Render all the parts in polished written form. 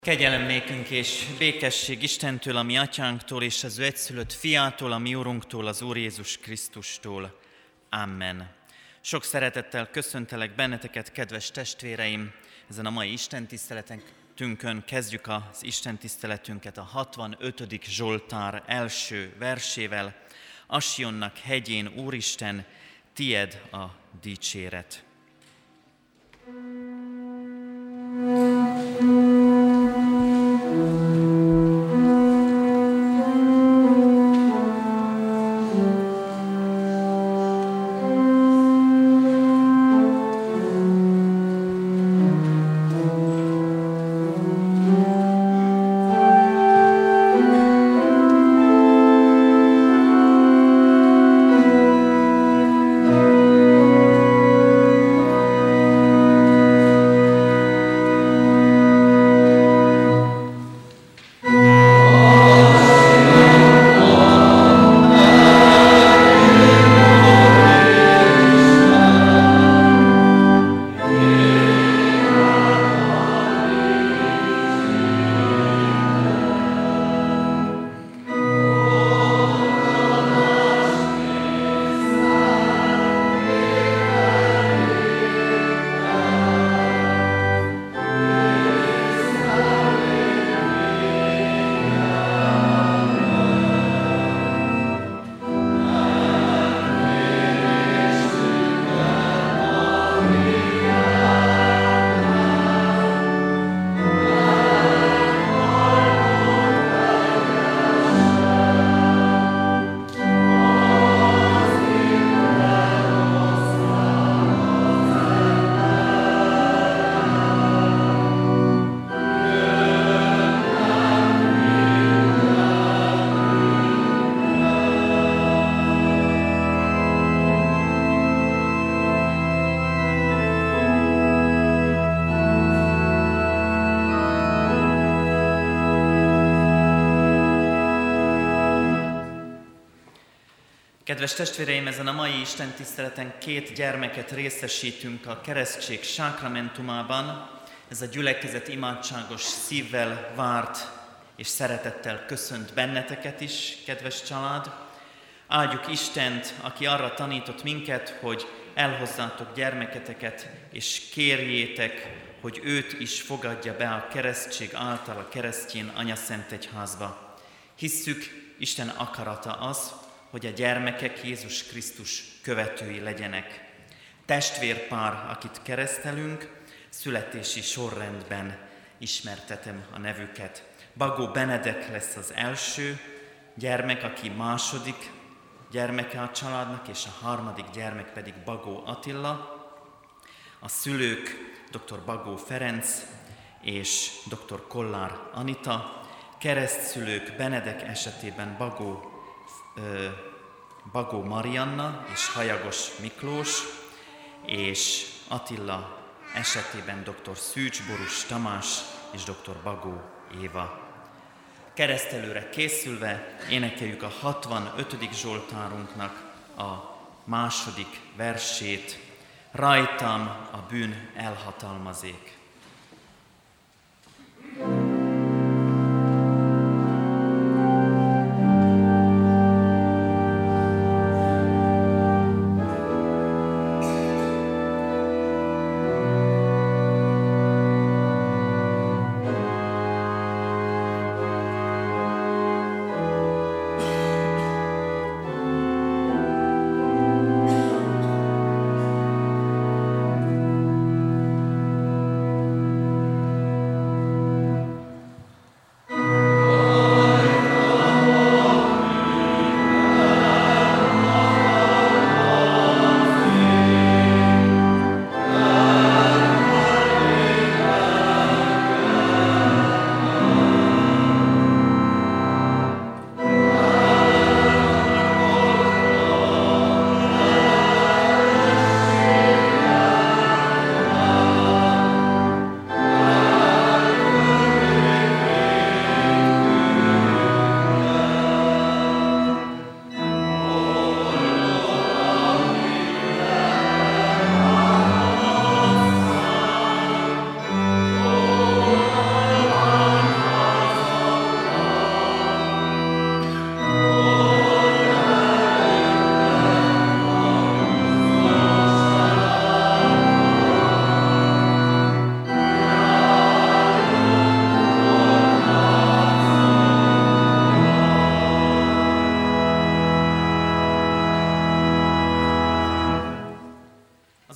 Kegyelem nékünk és békesség Istentől, a mi atyánktól, és az ő egyszülött fiától, a mi Urunktól, az Úr Jézus Krisztustól. Amen. Sok szeretettel köszöntelek benneteket, kedves testvéreim, ezen a mai istentiszteletünkön. Kezdjük az istentiszteletünket a 65. Zsoltár első versével. Assionnak hegyén, Úristen, tied a dicséret. Kedves testvéreim, ezen a mai istentiszteleten 2 gyermeket részesítünk a keresztség sákramentumában. Ez a gyülekezet imádságos szívvel várt és szeretettel köszönt benneteket is, kedves család. Áldjuk Istent, aki arra tanított minket, hogy elhozzátok gyermeketeket, és kérjétek, hogy őt is fogadja be a keresztség által a keresztény anyaszentegyházba. Hisszük, Isten akarata az, hogy a gyermekek Jézus Krisztus követői legyenek. Testvérpár, akit keresztelünk, születési sorrendben ismertetem a nevüket. Bagó Benedek lesz az első gyermek, aki második gyermeke a családnak, és a harmadik gyermek pedig Bagó Attila. A szülők dr. Bagó Ferenc és dr. Kollár Anita. Keresztszülők Benedek esetében Bagó Marianna és Hajagos Miklós, és Attila esetében dr. Szűcs Borús Tamás és dr. Bagó Éva. Keresztelőre készülve énekeljük a 65. Zsoltárunknak a második versét. Rajtam a bűn elhatalmazék.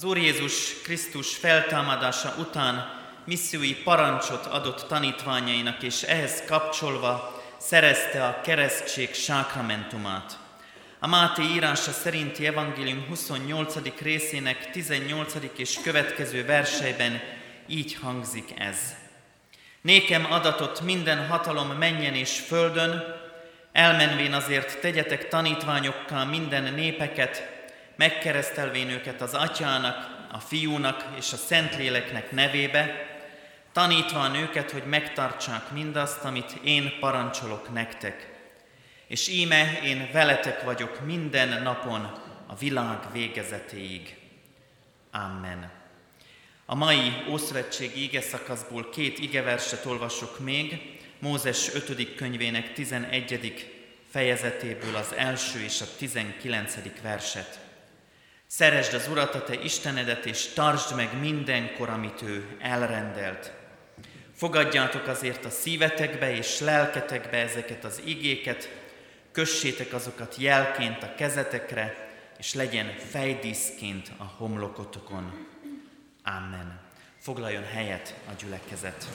Úr Jézus Krisztus feltámadása után missziói parancsot adott tanítványainak, és ehhez kapcsolva szerezte a keresztség sákramentumát. A Máté írása szerinti evangélium 28. részének 18. és következő verseiben így hangzik ez. Nékem adatott minden hatalom mennyen és földön, elmenvén azért tegyetek tanítványokká minden népeket, megkeresztelvén őket az Atyának, a Fiúnak és a Szentléleknek nevébe, tanítván őket, hogy megtartsák mindazt, amit én parancsolok nektek. És íme én veletek vagyok minden napon a világ végezetéig. Amen. A mai Ószövetségi igeszakaszból 2 igeverset olvasok még, Mózes 5. könyvének 11. fejezetéből az első és a 19. verset. Szeresd az Urat, a te Istenedet, és tartsd meg mindenkor, amit ő elrendelt. Fogadjátok azért a szívetekbe és lelketekbe ezeket az igéket, kössétek azokat jelként a kezetekre, és legyen fejdíszként a homlokotokon. Amen. Foglaljon helyet a gyülekezet.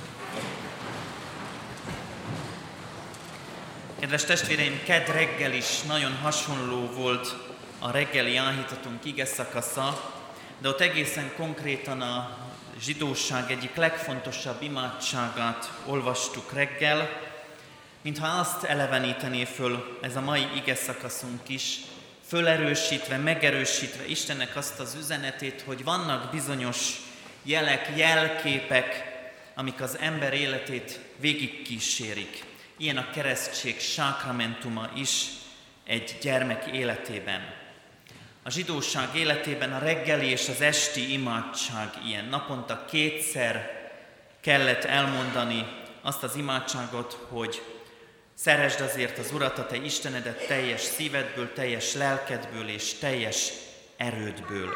Kedves testvéreim, kedd reggel is nagyon hasonló volt a reggeli áhítatunk igeszakasza, de ott egészen konkrétan a zsidóság egyik legfontosabb imádságát olvastuk reggel, mintha azt elevenítené föl ez a mai igeszakaszunk is, fölerősítve, megerősítve Istennek azt az üzenetét, hogy vannak bizonyos jelek, jelképek, amik az ember életét végigkísérik. Ilyen a keresztség sákramentuma is egy gyermek életében. A zsidóság életében a reggeli és az esti imádság ilyen. Naponta 2-szer kellett elmondani azt az imádságot, hogy szeresd azért az Urat, a te Istenedet teljes szívedből, teljes lelkedből és teljes erődből.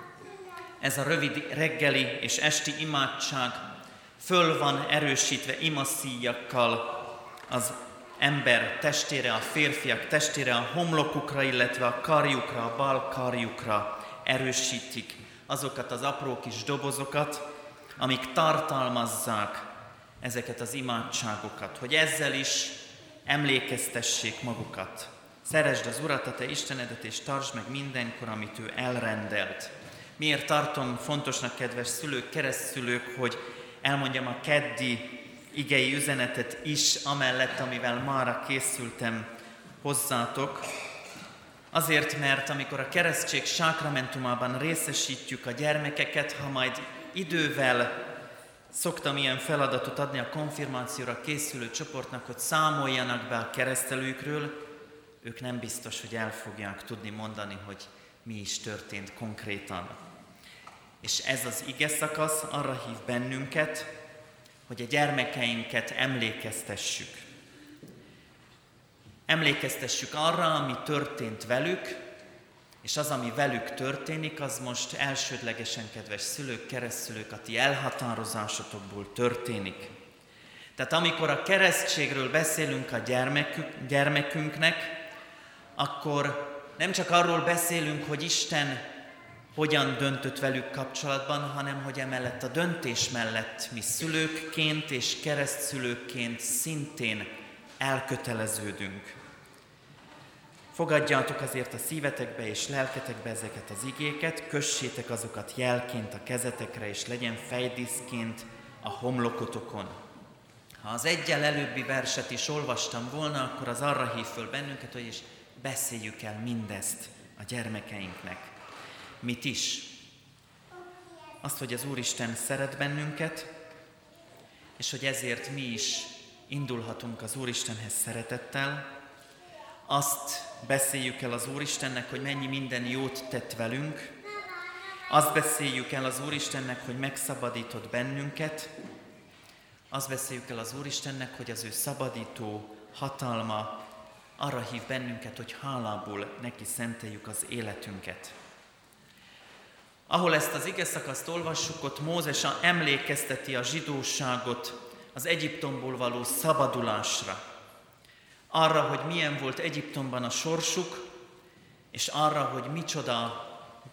Ez a rövid reggeli és esti imádság föl van erősítve imaszíjakkal az ember testére, a férfiak testére, a homlokukra, illetve a karjukra, a bal karjukra erősítik azokat az apró kis dobozokat, amik tartalmazzák ezeket az imádságokat, hogy ezzel is emlékeztessék magukat. Szeresd az Urat, a te Istenedet, és tartsd meg mindenkor, amit ő elrendelt. Miért tartom fontosnak, kedves szülők, keresztszülők, hogy elmondjam a keddi igei üzenetet is, amellett, amivel mára készültem hozzátok. Azért, mert amikor a keresztség sákramentumában részesítjük a gyermekeket, ha majd idővel szoktam ilyen feladatot adni a konfirmációra készülő csoportnak, hogy számoljanak be a keresztelőkről, ők nem biztos, hogy el fogják tudni mondani, hogy mi is történt konkrétan. És ez az igeszakasz arra hív bennünket, hogy a gyermekeinket emlékeztessük. Emlékeztessük arra, ami történt velük, és az, ami velük történik, az most elsődlegesen, kedves szülők, keresztszülők, a ti elhatározásotokból történik. Tehát amikor a keresztségről beszélünk a gyermekünknek, akkor nem csak arról beszélünk, hogy Isten hogyan döntött velük kapcsolatban, hanem hogy emellett a döntés mellett mi szülőkként és keresztszülőkként szintén elköteleződünk. Fogadjátok azért a szívetekbe és lelketekbe ezeket az igéket, kössétek azokat jelként a kezetekre, és legyen fejdíszként a homlokotokon. Ha az eggyel előbbi verset is olvastam volna, akkor az arra hív föl bennünket, hogy is beszéljük el mindezt a gyermekeinknek. Mit is? Azt, hogy az Úristen szeret bennünket, és hogy ezért mi is indulhatunk az Úristenhez szeretettel. Azt beszéljük el az Úristennek, hogy mennyi minden jót tett velünk. Azt beszéljük el az Úristennek, hogy megszabadított bennünket. Azt beszéljük el az Úristennek, hogy az ő szabadító hatalma arra hív bennünket, hogy hálából neki szenteljük az életünket. Ahol ezt az igeszakaszt olvassuk, ott Mózes emlékezteti a zsidóságot az Egyiptomból való szabadulásra. Arra, hogy milyen volt Egyiptomban a sorsuk, és arra, hogy micsoda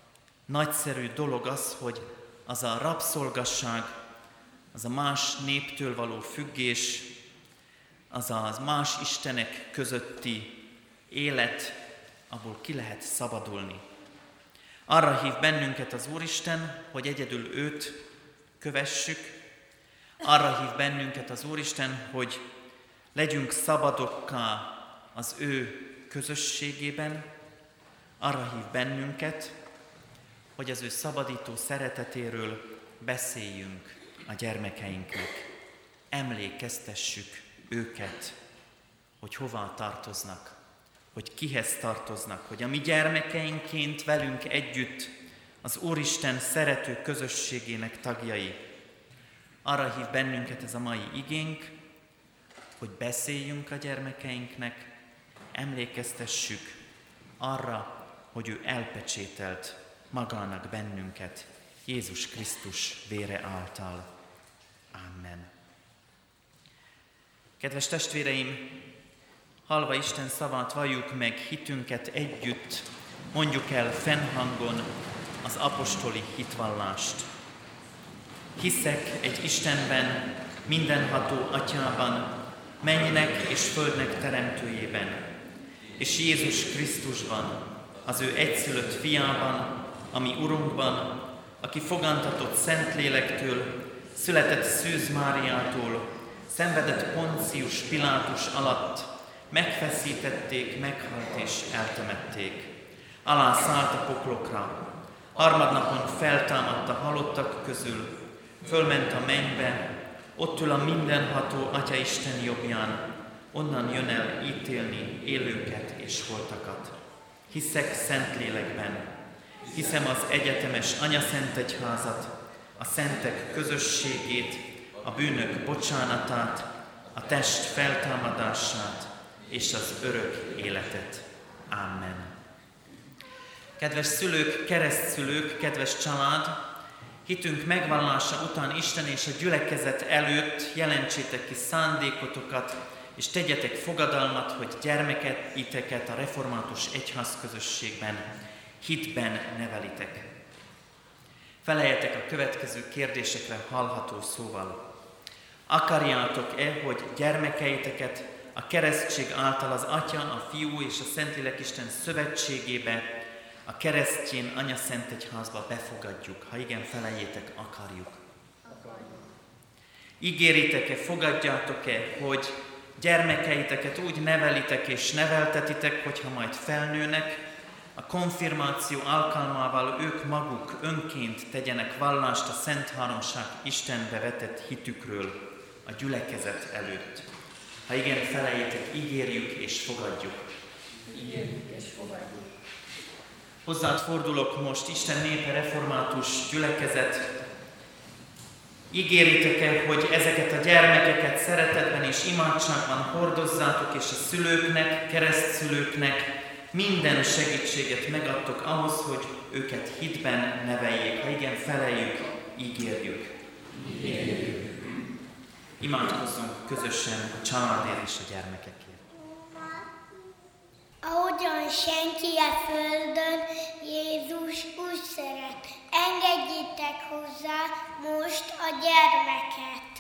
nagyszerű dolog az, hogy az a rabszolgasság, az a más néptől való függés, az a más istenek közötti élet, abból ki lehet szabadulni. Arra hív bennünket az Úristen, hogy egyedül őt kövessük, arra hív bennünket az Úristen, hogy legyünk szabadokká az ő közösségében, arra hív bennünket, hogy az ő szabadító szeretetéről beszéljünk a gyermekeinknek. Emlékeztessük őket, hogy hova tartoznak, hogy kihez tartoznak, hogy a mi gyermekeinként velünk együtt az Úristen szerető közösségének tagjai. Arra hív bennünket ez a mai igénk, hogy beszéljünk a gyermekeinknek, emlékeztessük arra, hogy ő elpecsételt magának bennünket Jézus Krisztus vére által. Amen. Kedves testvéreim, hallva Isten szavát, valljuk meg hitünket együtt, mondjuk el fennhangon az apostoli hitvallást. Hiszek egy Istenben, mindenható Atyában, mennynek és földnek teremtőjében, és Jézus Krisztusban, az ő egyszülött fiában, a mi Urunkban, aki fogantatott Szentlélektől, született Szűz Máriától, szenvedett Poncius Pilátus alatt, megfeszítették, meghalt és eltemették. Alá szállt a poklokra, harmadnapon feltámadt a halottak közül, fölment a mennybe, ott ül a mindenható Atya Isten jobbján, onnan jön el ítélni élőket és holtakat. Hiszek Szentlélekben, hiszem az egyetemes anyaszentegyházat, a szentek közösségét, a bűnök bocsánatát, a test feltámadását és az örök életet. Amen. Kedves szülők, keresztszülők, kedves család, hitünk megvallása után Isten és a gyülekezet előtt jelentsétek ki szándékotokat, és tegyetek fogadalmat, hogy gyermekeiteket a református egyházközösségben, hitben nevelitek. Feleljetek a következő kérdésekre hallható szóval. Akarjátok-e, hogy gyermekeiteket a keresztség által az Atya, a Fiú és a Szentlélek Isten szövetségébe, a keresztjén anyaszentegyházba befogadjuk? Ha igen, feleljétek, akarjuk. Ígéritek-e, fogadjátok-e, hogy gyermekeiteket úgy nevelitek és neveltetitek, hogyha majd felnőnek, a konfirmáció alkalmával ők maguk önként tegyenek vallást a Szent Háromság Istenbe vetett hitükről a gyülekezet előtt? Ha igen, feleljétek, ígérjük és fogadjuk. Ígérjük és fogadjuk. Hozzád fordulok most, Isten népe, református gyülekezet. Ígéritek-e, hogy ezeket a gyermekeket szeretetben és imádságban hordozzátok, és a szülőknek, keresztszülőknek minden segítséget megadtok ahhoz, hogy őket hitben neveljék? Ha igen, feleljük, ígérjük. Imádkozzunk közösen a családért és a gyermekekért. Ahogyan senki a földön, Jézus úgy szeret. Engedjétek hozzá most a gyermeket.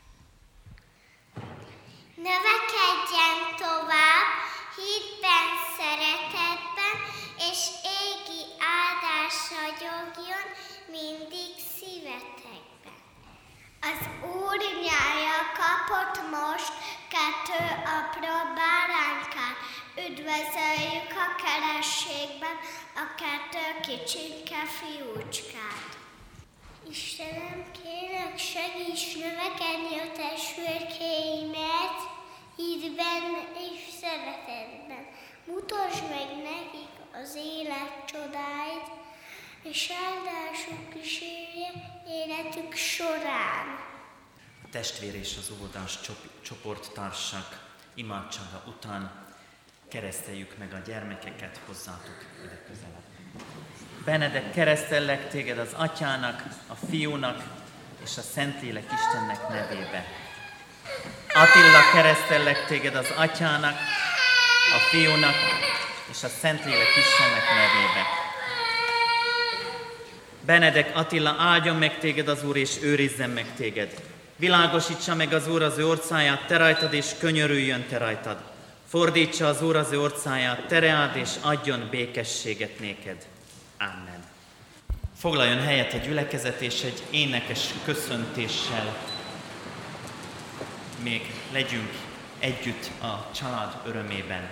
Növekedjen tovább, hitben, szeretetben, és égi áldás ragyogjon mindig szívetekben. Az Úr nyája kapott most 2 apró báránykát, üdvözöljük a kerességben a 2 kicsinke fiúcskát. Istenem, kérlek, segíts növekedni a testvérkéimet, hitben és szeretetben. Mutasd meg nekik az élet csodáit, és áldásuk kísérje életük során. A testvér és az óvodás csoporttársak imádsága után kereszteljük meg a gyermekeket, hozzátok ide közelebb. Benedek, keresztellek téged az Atyának, a Fiúnak és a Szentlélek Istennek nevébe. Attila, keresztellek téged az Atyának, a Fiúnak és a Szentlélek Istennek nevébe. Benedek Attila, áldjon meg téged az Úr, és őrizzen meg téged. Világosítsa meg az Úr az ő orcáját te rajtad, és könyörüljön te rajtad. Fordítsa az Úr az ő orcáját te reád, és adjon békességet néked. Amen. Foglaljon helyet a gyülekezet, és egy énekes köszöntéssel még legyünk együtt a család örömében.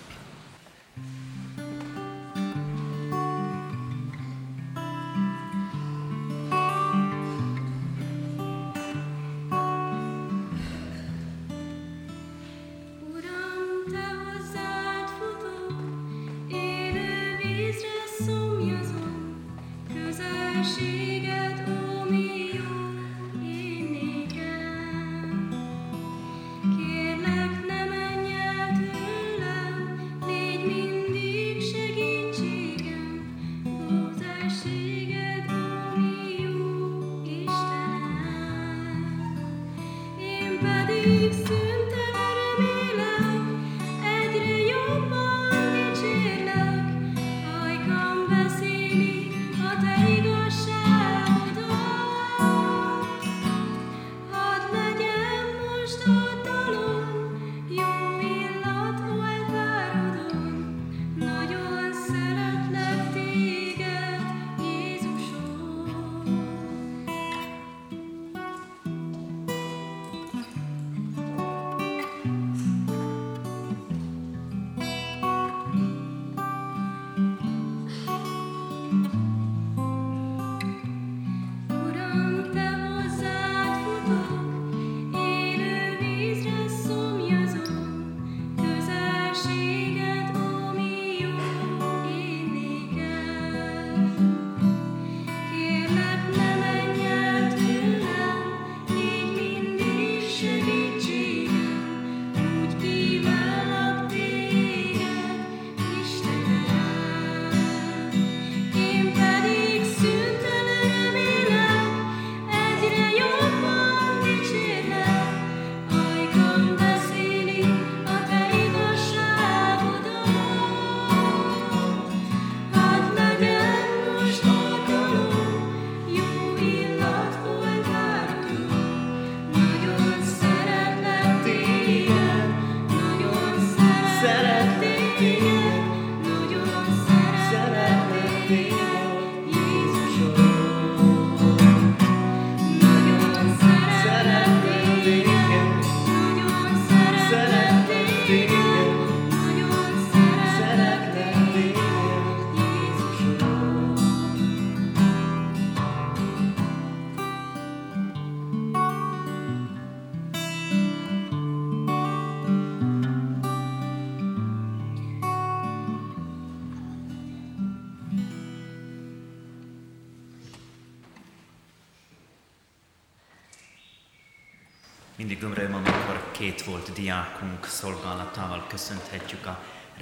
Mindig öröm, amikor két volt diákunk szolgálatával köszönthetjük a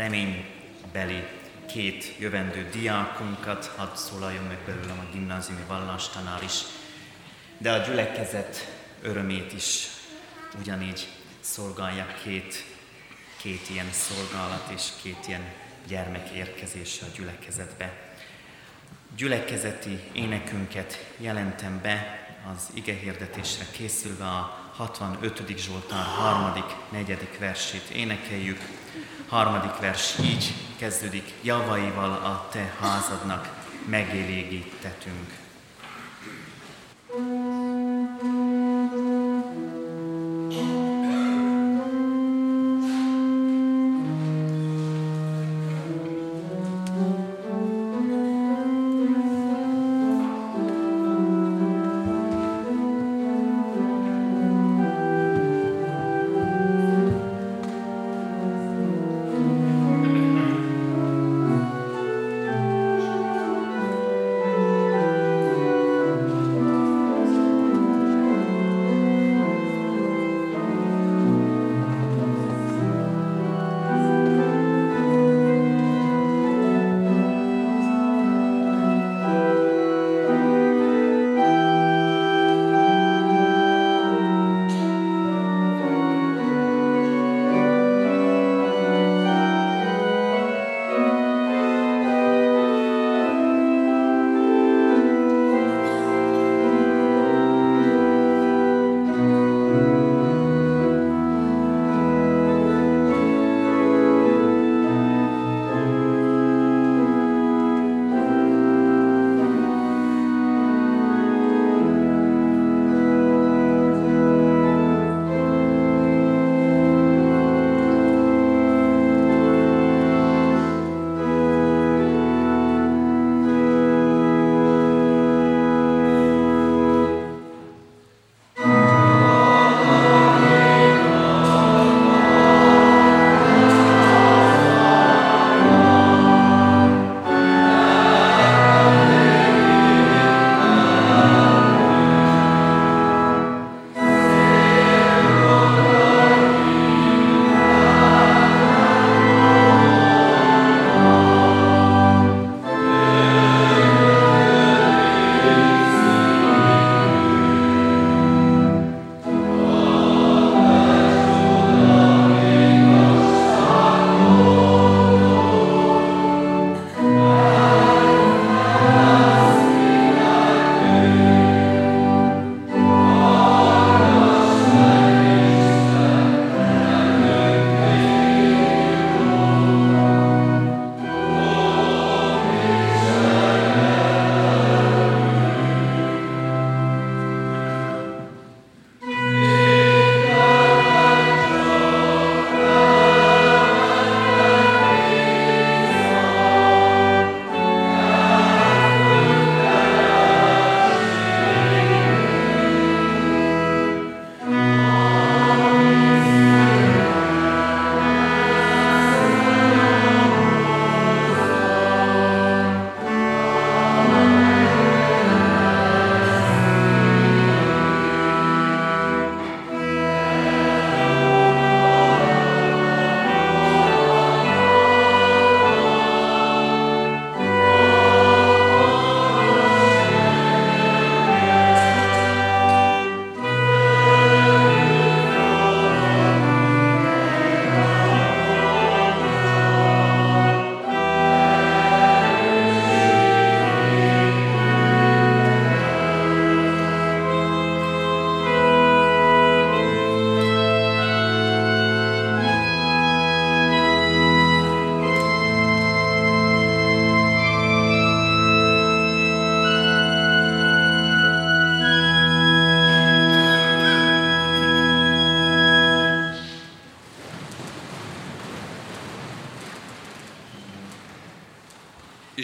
reménybeli két jövendő diákunkat, hadd szólaljon meg belőlem a gimnáziumi vallástanár is, de a gyülekezet örömét is ugyanígy szolgálják két ilyen szolgálat és két ilyen gyermek érkezése a gyülekezetbe. Gyülekezeti énekünket jelentem be az igehirdetésre készülve a 65. Zsoltár 3., 4. versét énekeljük. 3. vers így kezdődik: javaival a te házadnak megélégítetünk.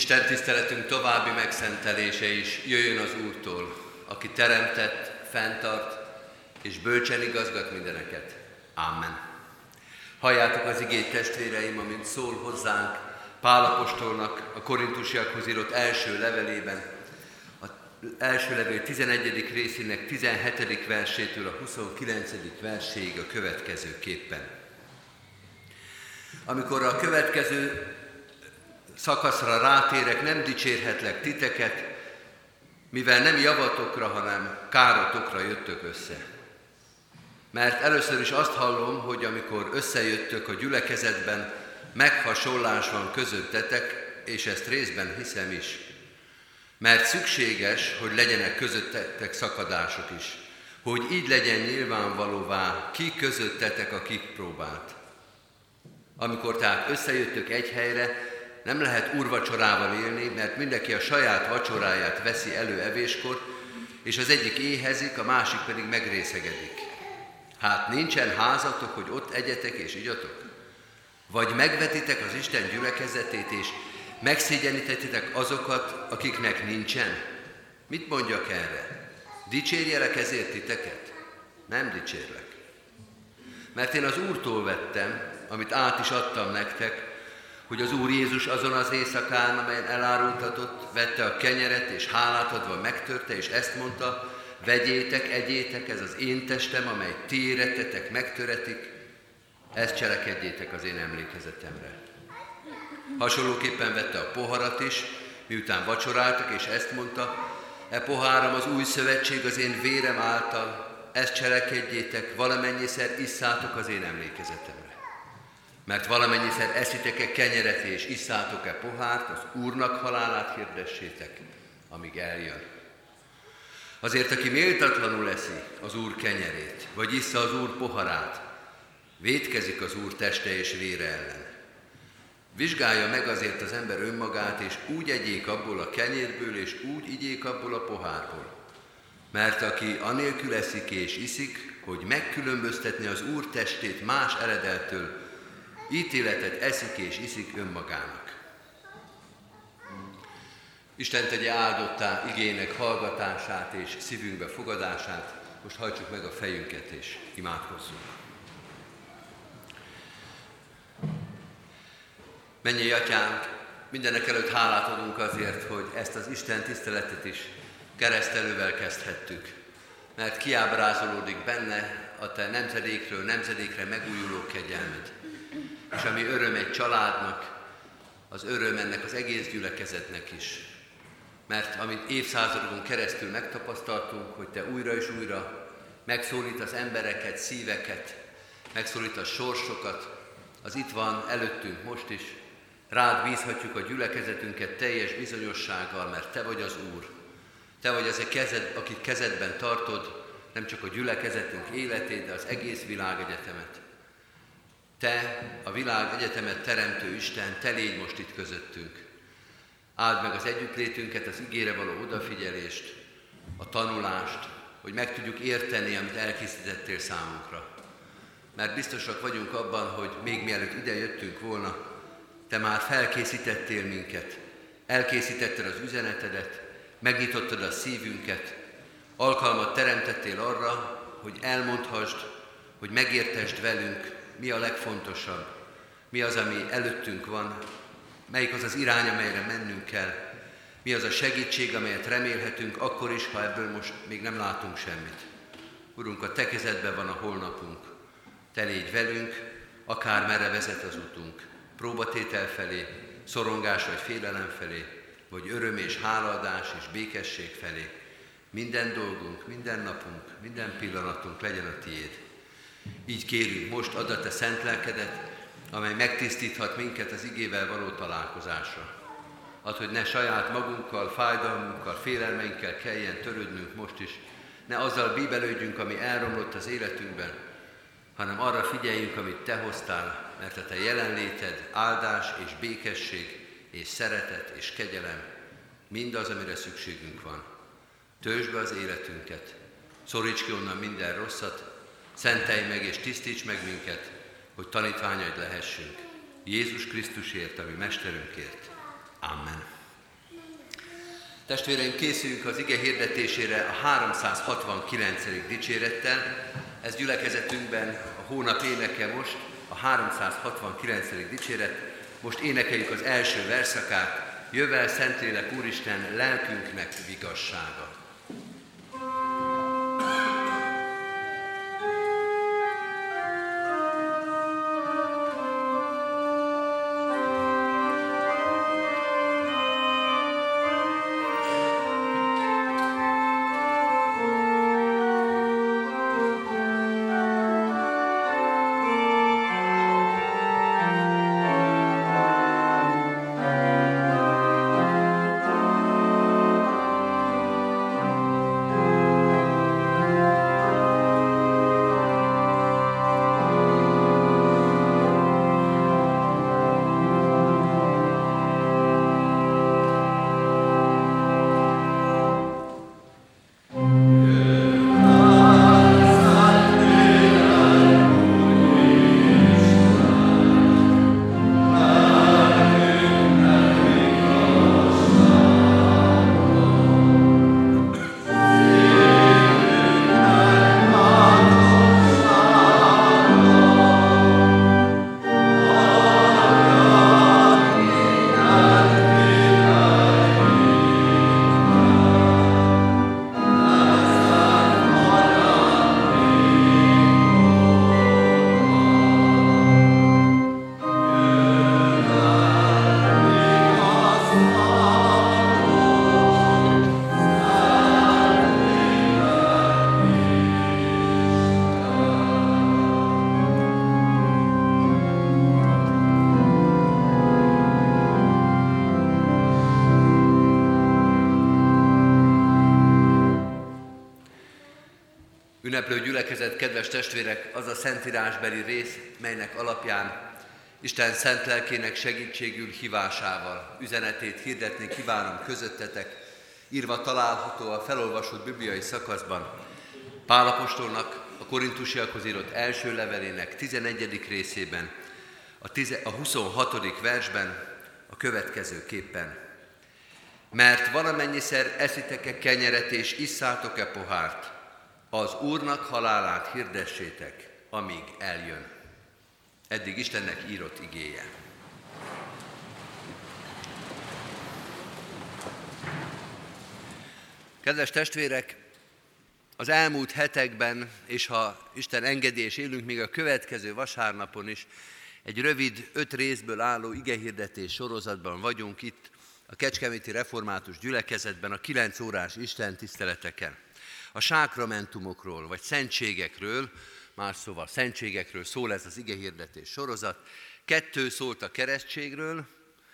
Isten tiszteletünk további megszentelése is jöjjön az Úrtól, aki teremtett, fenntart és bölcsen igazgat mindeneket. Amen. Halljátok az igét, testvéreim, amint szól hozzánk Pál apostolnak a korintusiakhoz írott első levelében, az első levél 11. részének 17. versétől a 29. verséig a következőképpen. Amikor a következő szakaszra rátérek, nem dicsérhetlek titeket, mivel nem javatokra, hanem károtokra jöttök össze. Mert először is azt hallom, hogy amikor összejöttök a gyülekezetben, meghasonlás van közöttetek, és ezt részben hiszem is. Mert szükséges, hogy legyenek közöttetek szakadások is, hogy így legyen nyilvánvalóvá, ki közöttetek a kipróbált. Amikor tehát összejöttök egy helyre, nem lehet úrvacsorával élni, mert mindenki a saját vacsoráját veszi elő evéskor, és az egyik éhezik, a másik pedig megrészegedik. Hát nincsen házatok, hogy ott egyetek és igyatok? Vagy megvetitek az Isten gyülekezetét, és megszégyenítetitek azokat, akiknek nincsen? Mit mondjak erre? Dicsérjelek ezért titeket? Nem dicsérlek. Mert én az Úrtól vettem, amit át is adtam nektek, hogy az Úr Jézus azon az éjszakán, amelyen elárultatott, vette a kenyeret, és hálát adva megtörte, és ezt mondta: vegyétek, egyétek, ez az én testem, amely ti érettetek, megtöretik, ezt cselekedjétek az én emlékezetemre. Hasonlóképpen vette a poharat is, miután vacsoráltak, és ezt mondta: e poháram az új szövetség az én vérem által, ezt cselekedjétek, valamennyiszer isszátok az én emlékezetemre. Mert valamennyiszer eszitek-e kenyeret és isszátok-e pohárt, az Úrnak halálát hirdessétek, amíg eljön. Azért, aki méltatlanul eszi az Úr kenyerét, vagy issza az Úr poharát, vétkezik az Úr teste és vére ellen. Vizsgálja meg azért az ember önmagát, és úgy egyék abból a kenyérből, és úgy igyék abból a pohárból. Mert aki anélkül eszik és iszik, hogy megkülönböztetni az Úr testét más eredettől, ítéletet eszik és iszik önmagának. Isten tegye áldottá igének hallgatását és szívünkbe fogadását. Most hajtsuk meg a fejünket és imádkozzunk. Mennyei Atyánk, mindenek előtt hálát adunk azért, hogy ezt az Isten tiszteletet is keresztelővel kezdhettük. Mert kiábrázolódik benne a te nemzedékről nemzedékre megújuló kegyelmed. És ami öröm egy családnak, az öröm ennek az egész gyülekezetnek is. Mert amit évszázadokon keresztül megtapasztaltunk, hogy te újra és újra megszólítasz embereket, szíveket, megszólítasz sorsokat, az itt van előttünk most is. Rád bízhatjuk a gyülekezetünket teljes bizonyossággal, mert te vagy az Úr. Te vagy az a kezed, akit kezedben tartod, nem csak a gyülekezetünk életét, de az egész világegyetemet. Te, a világegyetemet teremtő Isten, te légy most itt közöttünk. Áld meg az együttlétünket, az igére való odafigyelést, a tanulást, hogy meg tudjuk érteni, amit elkészítettél számunkra. Mert biztosak vagyunk abban, hogy még mielőtt ide jöttünk volna, te már felkészítettél minket, elkészítetted az üzenetedet, megnyitottad a szívünket, alkalmat teremtettél arra, hogy elmondhassd, hogy megértesd velünk, mi a legfontosabb, mi az, ami előttünk van, melyik az az irány, amelyre mennünk kell, mi az a segítség, amelyet remélhetünk akkor is, ha ebből most még nem látunk semmit. Urunk, a te kezedben van a holnapunk. Te légy velünk, akár merre vezet az utunk, próbatétel felé, szorongás vagy félelem felé, vagy öröm és hálaadás és békesség felé. Minden dolgunk, minden napunk, minden pillanatunk legyen a tiéd. Így kérünk, most add a te szent lelkedet, amely megtisztíthat minket az igével való találkozásra. Add, hogy ne saját magunkkal, fájdalmunkkal, félelmeinkkel kelljen törődnünk most is, ne azzal bíbelődjünk, ami elromlott az életünkben, hanem arra figyeljünk, amit te hoztál, mert a te jelenléted, áldás és békesség és szeretet és kegyelem, mindaz, amire szükségünk van. Töltsd be az életünket, szoríts ki onnan minden rosszat, szentelj meg és tisztíts meg minket, hogy tanítványaid lehessünk. Jézus Krisztusért, a mi mesterünkért. Amen. Testvéreim, készüljünk az ige hirdetésére a 369. dicsérettel. Ez gyülekezetünkben a hónap éneke most, a 369. dicséret. Most énekeljük az első verszakát. Jövel, Szentlélek Úristen, lelkünknek vigassága. Ünneplő gyülekezet, kedves testvérek, az a szentírásbeli rész, melynek alapján Isten szent lelkének segítségül hívásával üzenetét hirdetni kívánom közöttetek, írva található a felolvasott bibliai szakaszban Pál apostolnak a korintusiakhoz írott első levelének 11. részében, a 26. versben a következőképpen. Mert valamennyiszer eszitek-e kenyeret és isszátok-e pohárt, az Úrnak halálát hirdessétek, amíg eljön. Eddig Istennek írott igéje. Kedves testvérek, az elmúlt hetekben, és ha Isten engedi és élünk még a következő vasárnapon is, egy rövid 5 részből álló igehirdetés sorozatban vagyunk itt a Kecskeméti Református Gyülekezetben a 9 órás istentiszteleteken. A sákramentumokról, vagy szentségekről, más szóval szentségekről szól ez az igehirdetés sorozat. 2 szólt a keresztségről,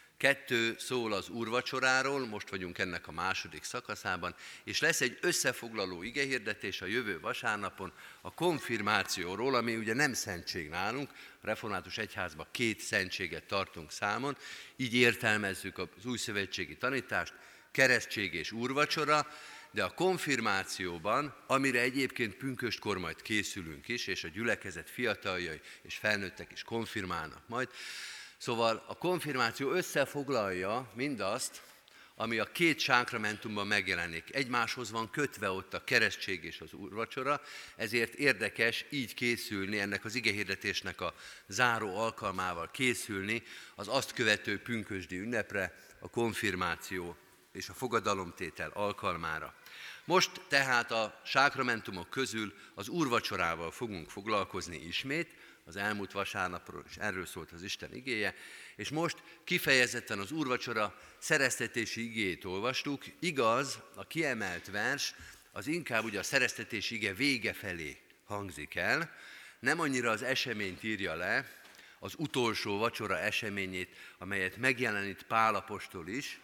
2 szól az úrvacsoráról, most vagyunk ennek a második szakaszában, és lesz egy összefoglaló igehirdetés a jövő vasárnapon a konfirmációról, ami ugye nem szentség nálunk, a Református Egyházban 2 szentséget tartunk számon, így értelmezzük az újszövetségi tanítást, keresztség és úrvacsora, de a konfirmációban, amire egyébként pünköstkor majd készülünk is, és a gyülekezet fiataljai és felnőttek is konfirmálnak majd, szóval a konfirmáció összefoglalja mindazt, ami a 2 sákramentumban megjelenik. Egymáshoz van kötve ott a keresztség és az úrvacsora, ezért érdekes így készülni, ennek az igehirdetésnek a záró alkalmával készülni az azt követő pünkösdi ünnepre, a konfirmáció és a fogadalomtétel alkalmára. Most tehát a sákramentumok közül az úrvacsorával fogunk foglalkozni ismét, az elmúlt vasárnapról is erről szólt az Isten igéje, és most kifejezetten az úrvacsora szereztetési igéjét olvastuk. Igaz, a kiemelt vers az inkább ugye a szereztetési ige vége felé hangzik el, nem annyira az eseményt írja le, az utolsó vacsora eseményét, amelyet megjelenít Pál apostol is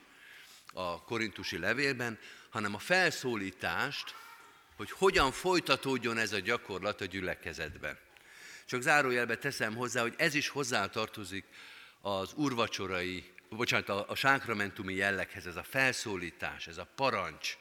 a korintusi levélben, hanem a felszólítást, hogy hogyan folytatódjon ez a gyakorlat a gyülekezetben. Csak zárójelbe teszem hozzá, hogy ez is hozzátartozik az úrvacsorai, a sákramentumi jelleghez, ez a felszólítás, ez a parancs,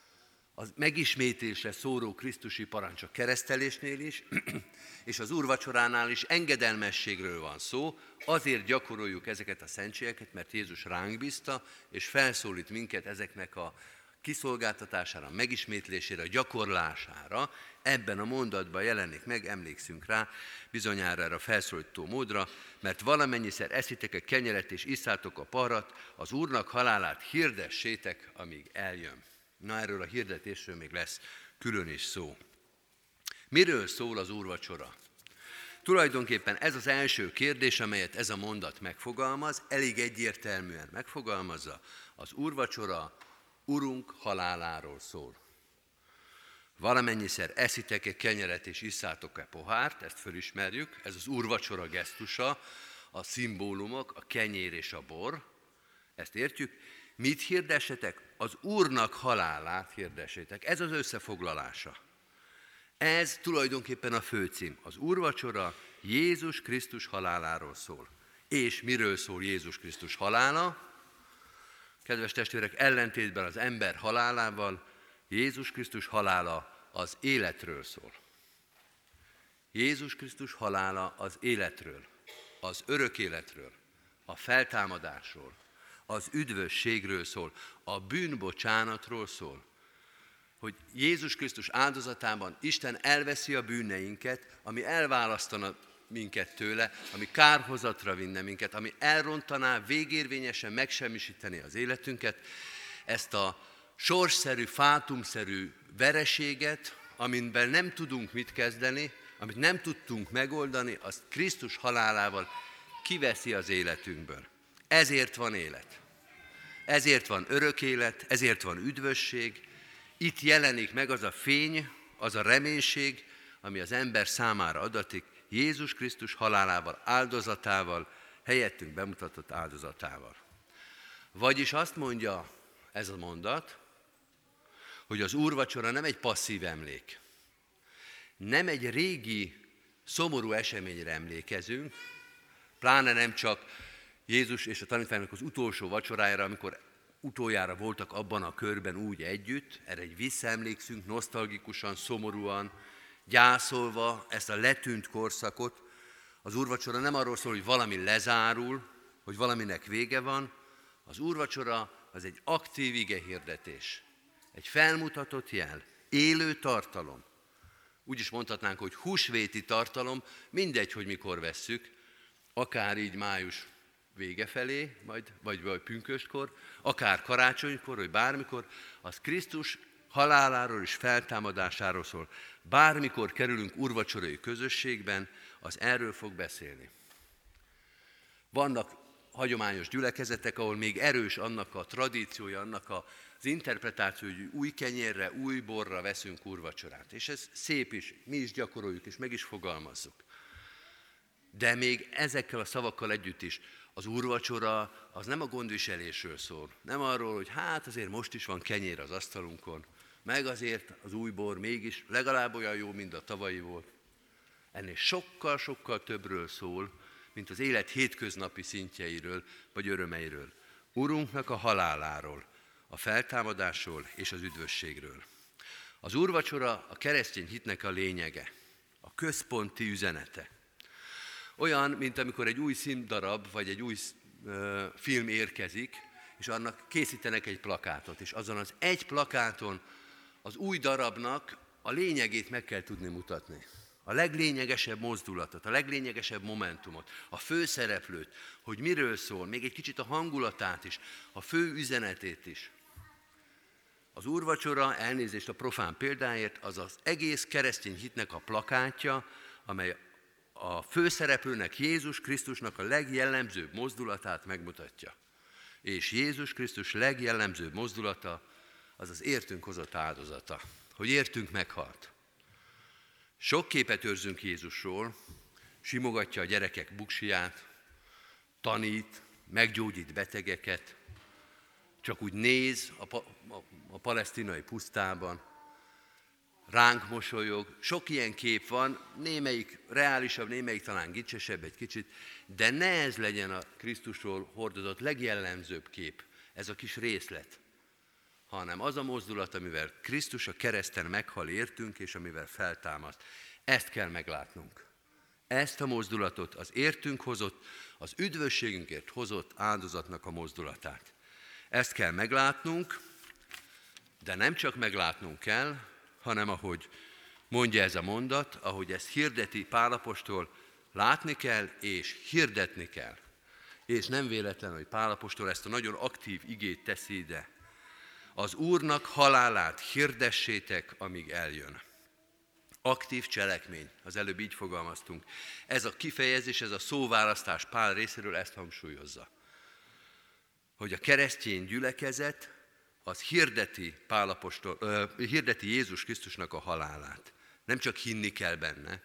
a megismétlésre szóró krisztusi parancs a keresztelésnél is, és az úrvacsoránál is engedelmességről van szó, azért gyakoroljuk ezeket a szentségeket, mert Jézus ránk bízta, és felszólít minket ezeknek a kiszolgáltatására, megismétlésére, a gyakorlására ebben a mondatban jelenik meg, emlékszünk rá, bizonyára erre a felszólító módra, mert valamennyiszer eszitek a kenyeret és isszátok a poharat, az Úrnak halálát hirdessétek, amíg eljön. Na, erről a hirdetésről még lesz külön is szó. Miről szól az úrvacsora? Tulajdonképpen ez az első kérdés, amelyet ez a mondat megfogalmaz, elég egyértelműen megfogalmazza. Az úrvacsora Urunk haláláról szól. Valamennyiszer eszitek-e kenyeret és isszátok-e pohárt, ezt fölismerjük, ez az úrvacsora gesztusa, a szimbólumok, a kenyér és a bor, ezt értjük. Mit hirdessetek? Az Úrnak halálát hirdessétek. Ez az összefoglalása. Ez tulajdonképpen a főcím. Az úrvacsora Jézus Krisztus haláláról szól. És miről szól Jézus Krisztus halála? Kedves testvérek, ellentétben az ember halálával, Jézus Krisztus halála az életről szól. Jézus Krisztus halála az életről, az örök életről, a feltámadásról, az üdvösségről szól, a bűnbocsánatról szól. Hogy Jézus Krisztus áldozatában Isten elveszi a bűneinket, ami elválasztana minket tőle, ami kárhozatra vinne minket, ami elrontaná, végérvényesen megsemmisíteni az életünket, ezt a sorsszerű, fátumszerű vereséget, amiben nem tudunk mit kezdeni, amit nem tudtunk megoldani, azt Krisztus halálával kiveszi az életünkből. Ezért van élet. Ezért van örök élet, ezért van üdvösség. Itt jelenik meg az a fény, az a reménység, ami az ember számára adatik, Jézus Krisztus halálával, áldozatával, helyettünk bemutatott áldozatával. Vagyis azt mondja ez a mondat, hogy az úrvacsora nem egy passzív emlék. Nem egy régi, szomorú eseményre emlékezünk, pláne nem csak Jézus és a tanítványok az utolsó vacsorájára, amikor utoljára voltak abban a körben úgy együtt, erre egy visszaemlékszünk, nosztalgikusan, szomorúan, gyászolva ezt a letűnt korszakot. Az úrvacsora nem arról szól, hogy valami lezárul, hogy valaminek vége van. Az úrvacsora az egy aktív igehirdetés, egy felmutatott jel, élő tartalom. Úgy is mondhatnánk, hogy húsvéti tartalom, mindegy, hogy mikor vesszük, akár így május vége felé, vagy pünköstkor, akár karácsonykor, vagy bármikor, az Krisztus haláláról és feltámadásáról szól. Bármikor kerülünk úrvacsorai közösségben, az erről fog beszélni. Vannak hagyományos gyülekezetek, ahol még erős annak a tradíciója, annak az interpretáció, hogy új kenyérre, új borra veszünk úrvacsorát. És ez szép is, mi is gyakoroljuk, és meg is fogalmazzuk. De még ezekkel a szavakkal együtt is az úrvacsora az nem a gondviselésről szól. Nem arról, hogy hát azért most is van kenyér az asztalunkon, meg azért az új bor mégis legalább olyan jó, mint a tavalyi volt. Ennél sokkal-sokkal többről szól, mint az élet hétköznapi szintjeiről vagy örömeiről. Urunknak a haláláról, a feltámadásról és az üdvösségről. Az úrvacsora a keresztény hitnek a lényege, a központi üzenete. Olyan, mint amikor egy új színdarab vagy egy új film érkezik, és annak készítenek egy plakátot, és azon az egy plakáton az új darabnak a lényegét meg kell tudni mutatni. A leglényegesebb mozdulatot, a leglényegesebb momentumot, a főszereplőt, hogy miről szól, még egy kicsit a hangulatát is, a fő üzenetét is. Az úrvacsora, elnézést a profán példáért, az az egész keresztény hitnek a plakátja, amely a főszereplőnek, Jézus Krisztusnak a legjellemzőbb mozdulatát megmutatja. És Jézus Krisztus legjellemzőbb mozdulata az az értünk hozott áldozata, hogy értünk meghalt. Sok képet őrzünk Jézusról, simogatja a gyerekek buksiját, tanít, meggyógyít betegeket, csak úgy néz a palesztinai pusztában, ránk mosolyog. Sok ilyen kép van, némelyik reálisabb, némelyik talán gicsesebb egy kicsit, de ne ez legyen a Krisztusról hordozott legjellemzőbb kép, ez a kis részlet, hanem az a mozdulat, amivel Krisztus a kereszten meghal értünk, és amivel feltámaszt. Ezt kell meglátnunk. Ezt a mozdulatot, az értünk hozott, az üdvösségünkért hozott áldozatnak a mozdulatát. Ezt kell meglátnunk, De nem csak meglátnunk kell, hanem ahogy mondja ez a mondat, ahogy ezt hirdeti Pál apostol, látni kell és hirdetni kell. És nem véletlen, hogy Pál apostol ezt a nagyon aktív igét teszi ide. Az Úrnak halálát hirdessétek, amíg eljön. Aktív cselekmény, az előbb így fogalmaztunk. Ez a kifejezés, ez a szóválasztás Pál részéről ezt hangsúlyozza. Hogy a keresztény gyülekezet az hirdeti Jézus Krisztusnak a halálát. Nem csak hinni kell benne,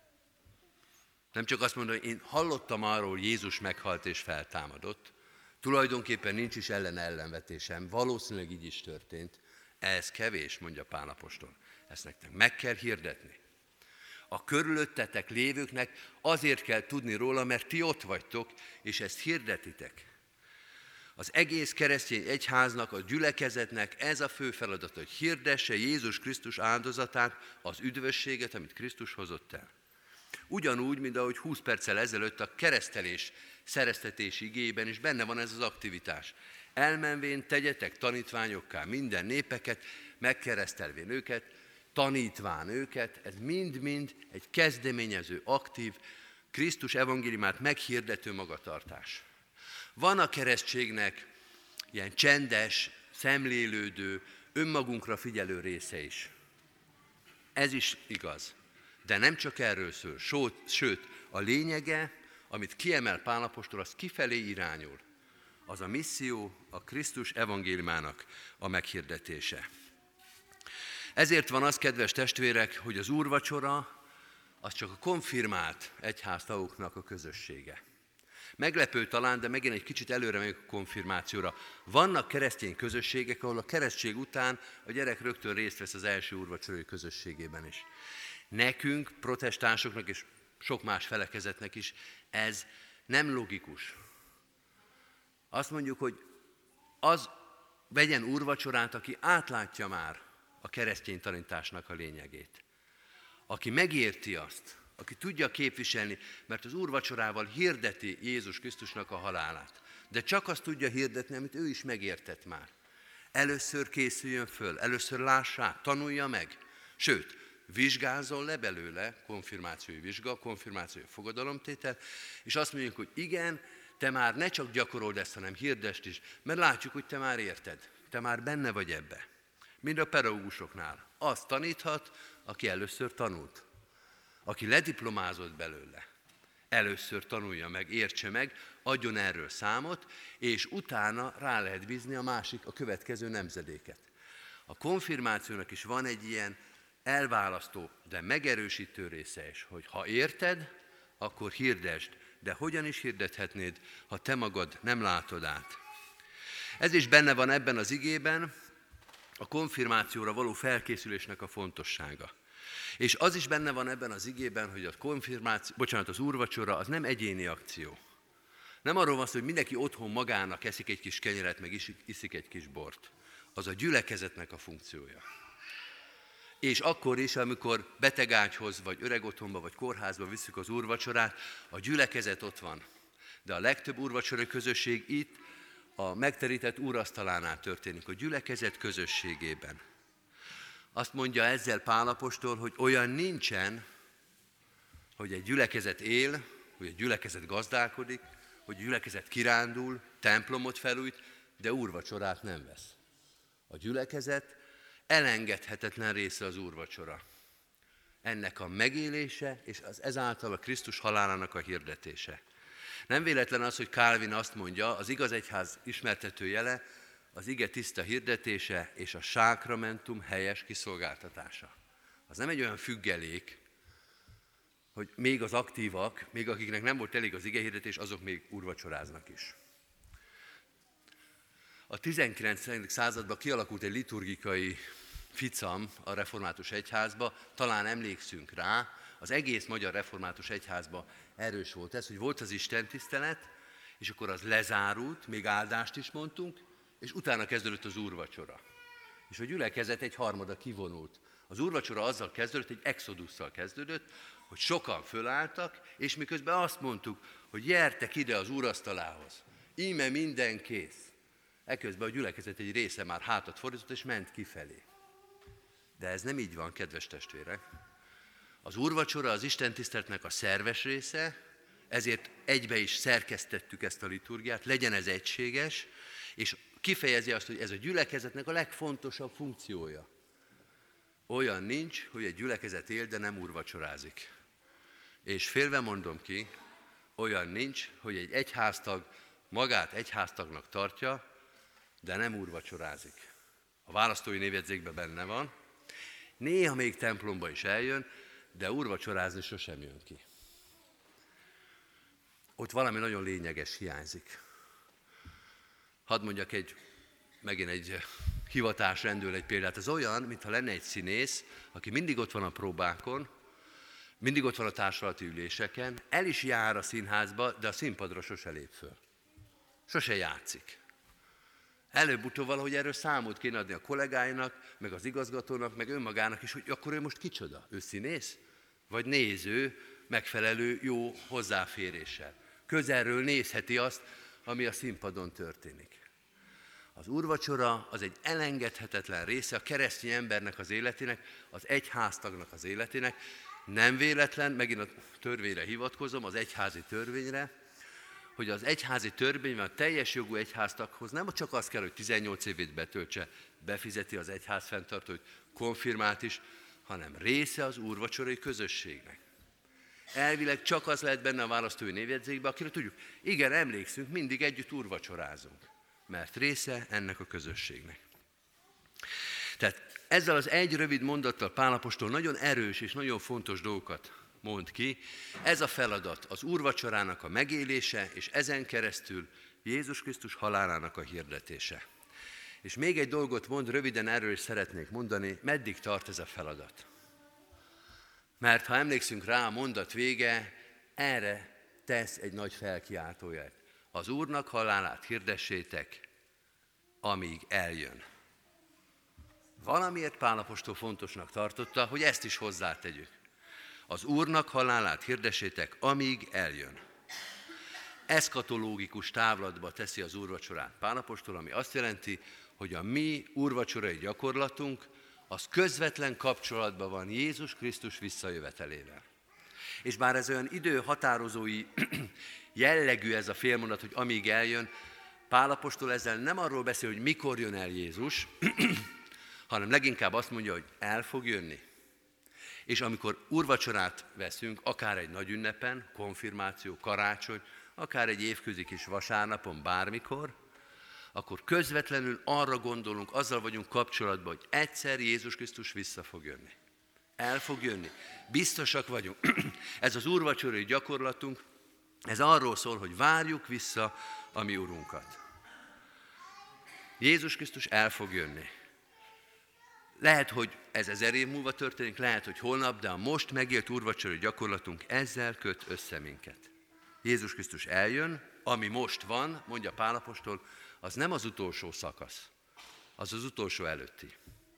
nem csak azt mondani, hogy én hallottam arról, hogy Jézus meghalt és feltámadott, tulajdonképpen nincs is ellenvetésem, valószínűleg így is történt. Ez kevés, mondja Pál apostol. Ezt nektek meg kell hirdetni. A körülöttetek lévőknek azért kell tudni róla, mert ti ott vagytok, és ezt hirdetitek. Az egész keresztény egyháznak, a gyülekezetnek ez a fő feladat, hogy hirdesse Jézus Krisztus áldozatát, az üdvösséget, amit Krisztus hozott el. Ugyanúgy, mint ahogy 20 perccel ezelőtt a keresztelés szereztetési igéjében is benne van ez az aktivitás. Elmenvén tegyetek tanítványokká minden népeket, megkeresztelvén őket, tanítván őket, ez mind-mind egy kezdeményező, aktív, Krisztus evangéliumát meghirdető magatartás. Van a keresztségnek ilyen csendes, szemlélődő, önmagunkra figyelő része is. Ez is igaz. De nem csak erről szól, sőt, a lényege, amit kiemel Pál apostol, az kifelé irányul. Az a misszió, a Krisztus evangéliumának a meghirdetése. Ezért van az, kedves testvérek, hogy az úrvacsora az csak a konfirmált egyháztagoknak a közössége. Meglepő talán, de megint egy kicsit előre megyünk a konfirmációra. Vannak keresztény közösségek, ahol a keresztség után a gyerek rögtön részt vesz az első úrvacsorai közösségében is. Nekünk, protestánsoknak és sok más felekezetnek is ez nem logikus. Azt mondjuk, hogy az vegyen úrvacsorát, aki átlátja már a keresztény tanításnak a lényegét. Aki megérti azt, aki tudja képviselni, mert az úrvacsorával hirdeti Jézus Krisztusnak a halálát. De csak azt tudja hirdetni, amit ő is megértett már. Először készüljön föl, először lássák, tanulja meg. Sőt, vizsgázzon le belőle, konfirmációi vizsga, konfirmációi fogadalomtétel, és azt mondjuk, hogy igen, te már ne csak gyakorold ezt, hanem hirdesd is, mert látjuk, hogy te már érted, te már benne vagy ebbe. Mind a pedagógusoknál. Azt taníthat, aki először tanult, aki lediplomázott belőle. Először tanulja meg, értse meg, adjon erről számot, és utána rá lehet bízni a következő nemzedéket. A konfirmációnak is van egy ilyen elválasztó, de megerősítő része is, hogy ha érted, akkor hirdesd, de hogyan is hirdethetnéd, ha te magad nem látod át. Ez is benne van ebben az igében, a konfirmációra való felkészülésnek a fontossága. És az is benne van ebben az igében, hogy az úrvacsora az nem egyéni akció. Nem arról van szó, hogy mindenki otthon magának eszik egy kis kenyeret, meg iszik egy kis bort. Az a gyülekezetnek a funkciója. És akkor is, amikor betegágyhoz, vagy öregotthonba, vagy kórházba visszük az úrvacsorát, a gyülekezet ott van. De a legtöbb úrvacsorai közösség itt, a megterített úrasztalánál történik, a gyülekezet közösségében. Azt mondja ezzel Pál apostol, hogy olyan nincsen, hogy egy gyülekezet él, hogy egy gyülekezet gazdálkodik, hogy egy gyülekezet kirándul, templomot felújt, de úrvacsorát nem vesz. A gyülekezet elengedhetetlen része az úrvacsora. Ennek a megélése és ezáltal a Krisztus halálának a hirdetése. Nem véletlen az, hogy Calvin azt mondja, az igaz egyház ismertető jele, az ige tiszta hirdetése és a sákramentum helyes kiszolgáltatása. Az nem egy olyan függelék, hogy még az aktívak, még akiknek nem volt elég az ige hirdetés, azok még úrvacsoráznak is. A 19. században kialakult egy liturgikai ficam a református egyházba, talán emlékszünk rá, az egész magyar református egyházban erős volt ez, hogy volt az istentisztelet, és akkor az lezárult, még áldást is mondtunk, és utána kezdődött az úrvacsora. És a gyülekezet egy harmada kivonult. Az úrvacsora azzal kezdődött, egy exodusszal kezdődött, hogy sokan fölálltak, és miközben azt mondtuk, hogy gyertek ide az úrasztalához, íme minden kész. Eközben a gyülekezet egy része már hátat fordított, és ment kifelé. De ez nem így van, kedves testvérek. Az úrvacsora az istentiszteletnek a szerves része, ezért egybe is szerkesztettük ezt a liturgiát, legyen ez egységes, és kifejezi azt, hogy ez a gyülekezetnek a legfontosabb funkciója. Olyan nincs, hogy egy gyülekezet él, de nem úrvacsorázik. És félve mondom ki, olyan nincs, hogy egy egyháztag magát egyháztagnak tartja, de nem úrvacsorázik. A választói névjegyzékben benne van, néha még templomba is eljön, de úrvacsorázni sosem jön ki. Ott valami nagyon lényeges hiányzik. Hadd mondjak megint egy hivatásrendről egy példát. Ez olyan, mintha lenne egy színész, aki mindig ott van a próbákon, mindig ott van a társulati üléseken, el is jár a színházba, de a színpadra sose lép föl. Sose játszik. Előbb-utóbb valahogy erről számot kéne adni a kollégáinak, meg az igazgatónak, meg önmagának is, hogy akkor ő most kicsoda? Ő színész? Vagy néző, megfelelő jó hozzáféréssel. Közelről nézheti azt, ami a színpadon történik. Az úrvacsora az egy elengedhetetlen része a keresztény embernek az életének, az egyháztagnak az életének. Nem véletlen, megint a törvényre hivatkozom, az egyházi törvényre, hogy az egyházi törvényben a teljes jogú egyháztaghoz nem csak az kell, hogy 18 évét betöltse, befizeti az egyház fenntartót, konfirmált is, hanem része az úrvacsorai közösségnek. Elvileg csak az lehet benne a választói névjegyzékben, akire tudjuk, igen, emlékszünk, mindig együtt úrvacsorázunk, mert része ennek a közösségnek. Tehát ezzel az egy rövid mondattal Pál apostol nagyon erős és nagyon fontos dolgokat mond ki. Ez a feladat az úrvacsorának a megélése, és ezen keresztül Jézus Krisztus halálának a hirdetése. És még egy dolgot mond, röviden erről is szeretnék mondani, meddig tart ez a feladat. Mert ha emlékszünk rá, a mondat vége erre tesz egy nagy felkiáltóját. Az Úrnak halálát hirdessétek, amíg eljön. Valamiért Pál apostol fontosnak tartotta, hogy ezt is hozzátegyük. Az Úrnak halálát hirdessétek, amíg eljön. Eszkatológikus távlatba teszi az úrvacsorát Pál apostol, ami azt jelenti, hogy a mi úrvacsorai gyakorlatunk az közvetlen kapcsolatban van Jézus Krisztus visszajövetelével. És bár ez olyan időhatározói jellegű ez a félmondat, hogy amíg eljön, Pál apostol ezzel nem arról beszél, hogy mikor jön el Jézus, hanem leginkább azt mondja, hogy el fog jönni. És amikor úrvacsorát veszünk, akár egy nagy ünnepen, konfirmáció, karácsony, akár egy évközi kis vasárnapon, bármikor, akkor közvetlenül arra gondolunk, azzal vagyunk kapcsolatban, hogy egyszer Jézus Krisztus vissza fog jönni. El fog jönni. Biztosak vagyunk. Ez az úrvacsorai gyakorlatunk, ez arról szól, hogy várjuk vissza a mi Urunkat. Jézus Krisztus el fog jönni. Lehet, hogy ez 1000 év múlva történik, lehet, hogy holnap, de a most megélt úrvacsorai gyakorlatunk ezzel köt össze minket. Jézus Krisztus eljön, ami most van, mondja Pál apostol, az nem az utolsó szakasz, az az utolsó előtti.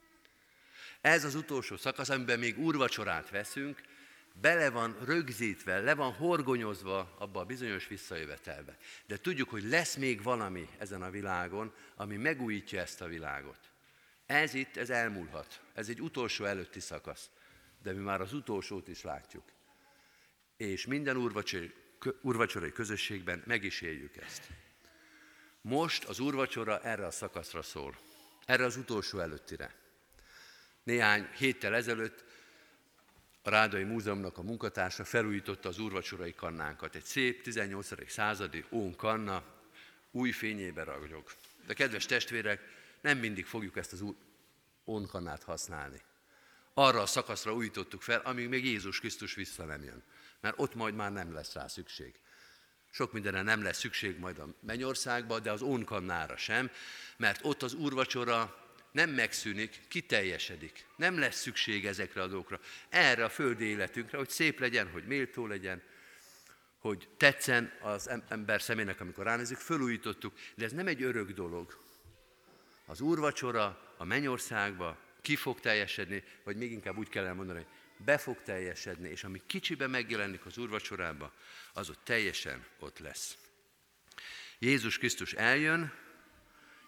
Ez az utolsó szakasz, amiben még úrvacsorát veszünk, bele van rögzítve, le van horgonyozva abba a bizonyos visszajövetelbe. De tudjuk, hogy lesz még valami ezen a világon, ami megújítja ezt a világot. Ez elmúlhat. Ez egy utolsó előtti szakasz. De mi már az utolsót is látjuk. És minden úrvacsorai közösségben meg is éljük ezt. Most az úrvacsora erre a szakaszra szól. Erre az utolsó előttire. Néhány héttel ezelőtt a Rádai Múzeumnak a munkatársa felújította az úrvacsorai kannánkat. Egy szép 18. századi ónkanna új fényébe ragyog. De kedves testvérek, nem mindig fogjuk ezt az ónkannát használni. Arra a szakaszra újítottuk fel, amíg még Jézus Krisztus vissza nem jön. Mert ott majd már nem lesz rá szükség. Sok mindenre nem lesz szükség majd a mennyországba, de az ónkannára sem, mert ott az úrvacsora nem megszűnik, kiteljesedik. Nem lesz szükség ezekre a dolgokra. Erre a földi életünkre, hogy szép legyen, hogy méltó legyen, hogy tetszen az ember szemének, amikor ránézzük, fölújítottuk, de ez nem egy örök dolog. Az úrvacsora a mennyországba ki fog teljesedni, vagy még inkább úgy kell elmondani, hogy be fog teljesedni, és ami kicsiben megjelenik az úrvacsorába, az ott teljesen ott lesz. Jézus Krisztus eljön,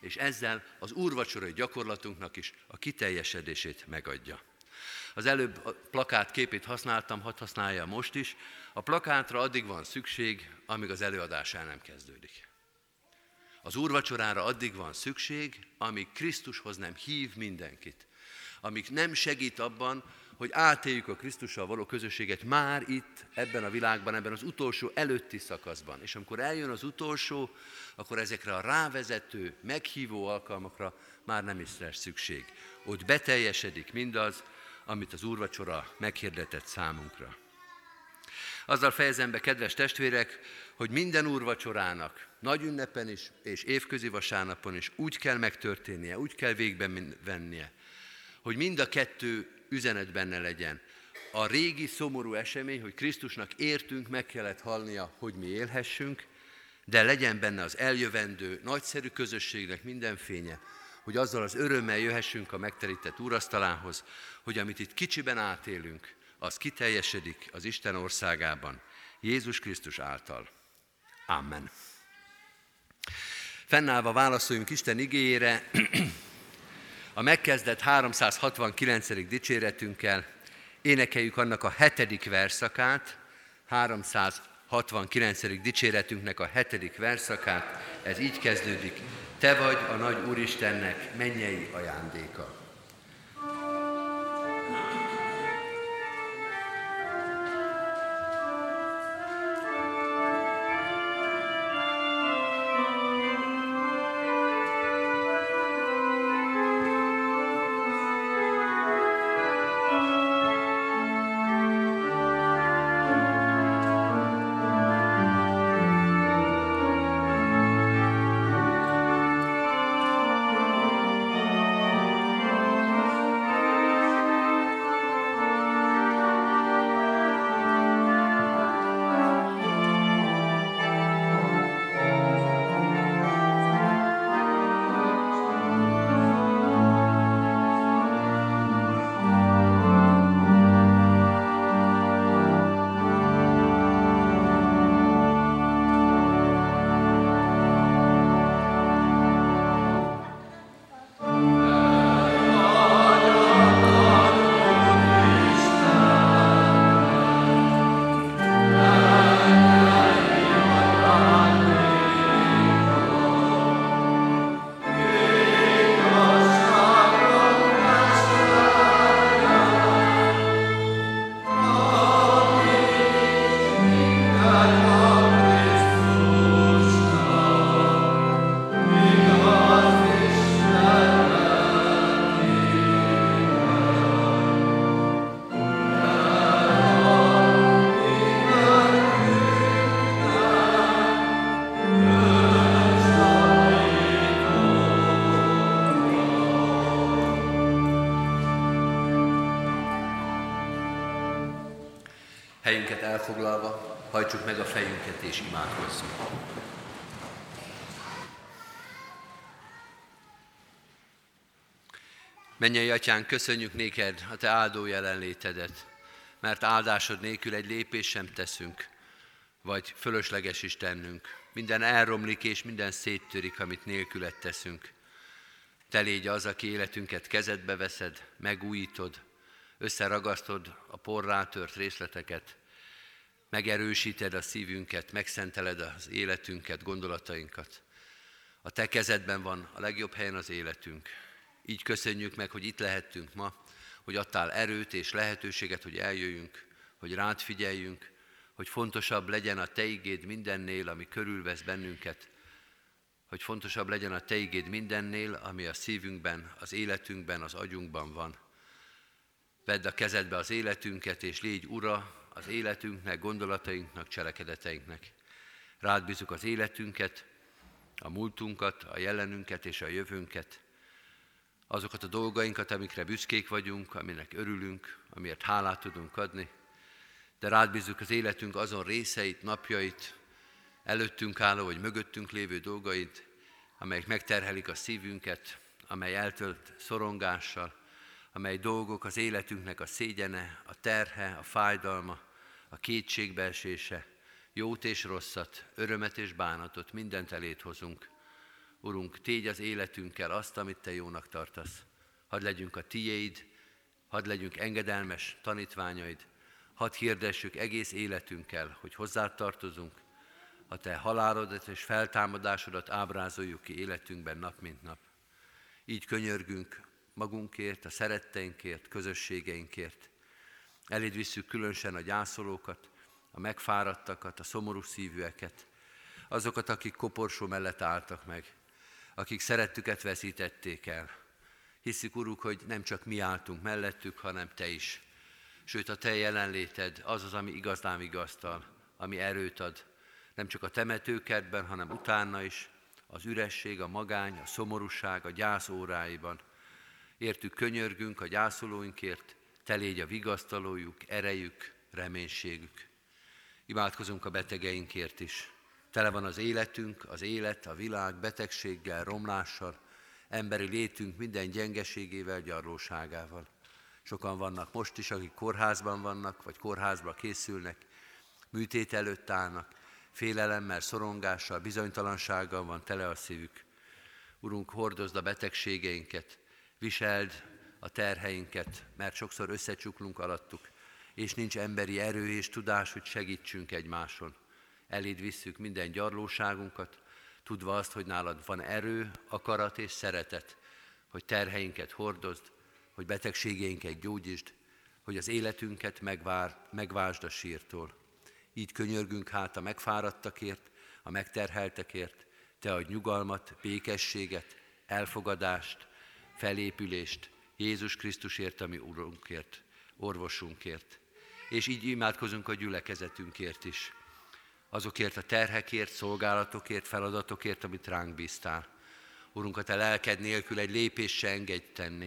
és ezzel az úrvacsorai gyakorlatunknak is a kiteljesedését megadja. Az előbb a plakát képét használtam, hadd használja most is. A plakátra addig van szükség, amíg az előadás el nem kezdődik. Az úrvacsorára addig van szükség, amíg Krisztushoz nem hív mindenkit. Amíg nem segít abban, hogy átéljük a Krisztussal való közösséget már itt, ebben a világban, ebben az utolsó előtti szakaszban. És amikor eljön az utolsó, akkor ezekre a rávezető, meghívó alkalmakra már nem is lesz szükség. Ott beteljesedik mindaz, amit az úrvacsora meghirdetett számunkra. Azzal fejezem be, kedves testvérek, hogy minden úrvacsorának, nagy ünnepen is és évközi vasárnapon is úgy kell megtörténnie, úgy kell végben vennie, hogy mind a kettő üzenet benne legyen. A régi szomorú esemény, hogy Krisztusnak értünk, meg kellett halnia, hogy mi élhessünk, de legyen benne az eljövendő, nagyszerű közösségnek minden fénye, hogy azzal az örömmel jöhessünk a megterített úrasztalához, hogy amit itt kicsiben átélünk, az kiteljesedik az Isten országában, Jézus Krisztus által. Amen. Fennállva válaszoljunk Isten igéjére, a megkezdett 369. dicséretünkkel énekeljük annak a 7. verszakát, 369. dicséretünknek a 7. verszakát, ez így kezdődik: Te vagy a nagy Úristennek mennyei ajándéka. Helyünket elfoglalva, hajtsuk meg a fejünket és imádkozzunk. Mennyei Atyánk, köszönjük néked a te áldó jelenlétedet, mert áldásod nélkül egy lépést sem teszünk, vagy fölösleges is tennünk. Minden elromlik és minden széttörik, amit nélküled teszünk. Te légy az, aki életünket kezedbe veszed, megújítod, összeragasztod a porrá tört részleteket, megerősíted a szívünket, megszenteled az életünket, gondolatainkat. A te kezedben van a legjobb helyen az életünk. Így köszönjük meg, hogy itt lehettünk ma, hogy adtál erőt és lehetőséget, hogy eljöjjünk, hogy rád figyeljünk, hogy fontosabb legyen a te igéd mindennél, ami körülvesz bennünket, hogy fontosabb legyen a te igéd mindennél, ami a szívünkben, az életünkben, az agyunkban van. Vedd a kezedbe az életünket, és légy ura az életünknek, gondolatainknak, cselekedeteinknek. Rád bízzuk az életünket, a múltunkat, a jelenünket és a jövőnket, azokat a dolgainkat, amikre büszkék vagyunk, aminek örülünk, amiért hálát tudunk adni, de rád bízzuk az életünk azon részeit, napjait, előttünk álló vagy mögöttünk lévő dolgait, amelyek megterhelik a szívünket, amely eltölt szorongással, amely dolgok az életünknek a szégyene, a terhe, a fájdalma, a kétségbeesése, jót és rosszat, örömet és bánatot, mindent eléd hozunk. Urunk, tégy az életünkkel azt, amit Te jónak tartasz. Hadd legyünk a Tiéd, hadd legyünk engedelmes tanítványaid, hadd hirdessük egész életünkkel, hogy hozzád tartozunk, a Te halálodat és feltámadásodat ábrázoljuk ki életünkben nap mint nap. Így könyörgünk magunkért, a szeretteinkért, közösségeinkért. Eléd visszük különösen a gyászolókat, a megfáradtakat, a szomorú szívűeket, azokat, akik koporsó mellett álltak meg, akik szerettüket veszítették el. Hisszük, Uruk, hogy nem csak mi álltunk mellettük, hanem Te is. Sőt, a Te jelenléted az, ami igazán vigasztal, ami erőt ad, nem csak a temetőkertben, hanem utána is, az üresség, a magány, a szomorúság, a gyász óráiban. Értük könyörgünk a gyászolóinkért, Te légy a vigasztalójuk, erejük, reménységük. Imádkozunk a betegeinkért is. Tele van az életünk, az élet, a világ betegséggel, romlással, emberi létünk minden gyengeségével, gyarlóságával. Sokan vannak most is, akik kórházban vannak, vagy kórházba készülnek, műtét előtt állnak, félelemmel, szorongással, bizonytalansággal van tele a szívük. Urunk, hordozd a betegségeinket, viseld a terheinket, mert sokszor összecsuklunk alattuk, és nincs emberi erő és tudás, hogy segítsünk egymáson. Eléd visszük minden gyarlóságunkat, tudva azt, hogy nálad van erő, akarat és szeretet, hogy terheinket hordozd, hogy betegségeinket gyógyítsd, hogy az életünket megváltsd a sírtól. Így könyörgünk hát a megfáradtakért, a megterheltekért, Te adj nyugalmat, békességet, elfogadást, felépülést Jézus Krisztusért, ami Urunkért, orvosunkért. És így imádkozunk a gyülekezetünkért is. Azokért a terhekért, szolgálatokért, feladatokért, amit ránk bíztál. Urunk, a Te lelked nélkül egy lépést se engedj tenni.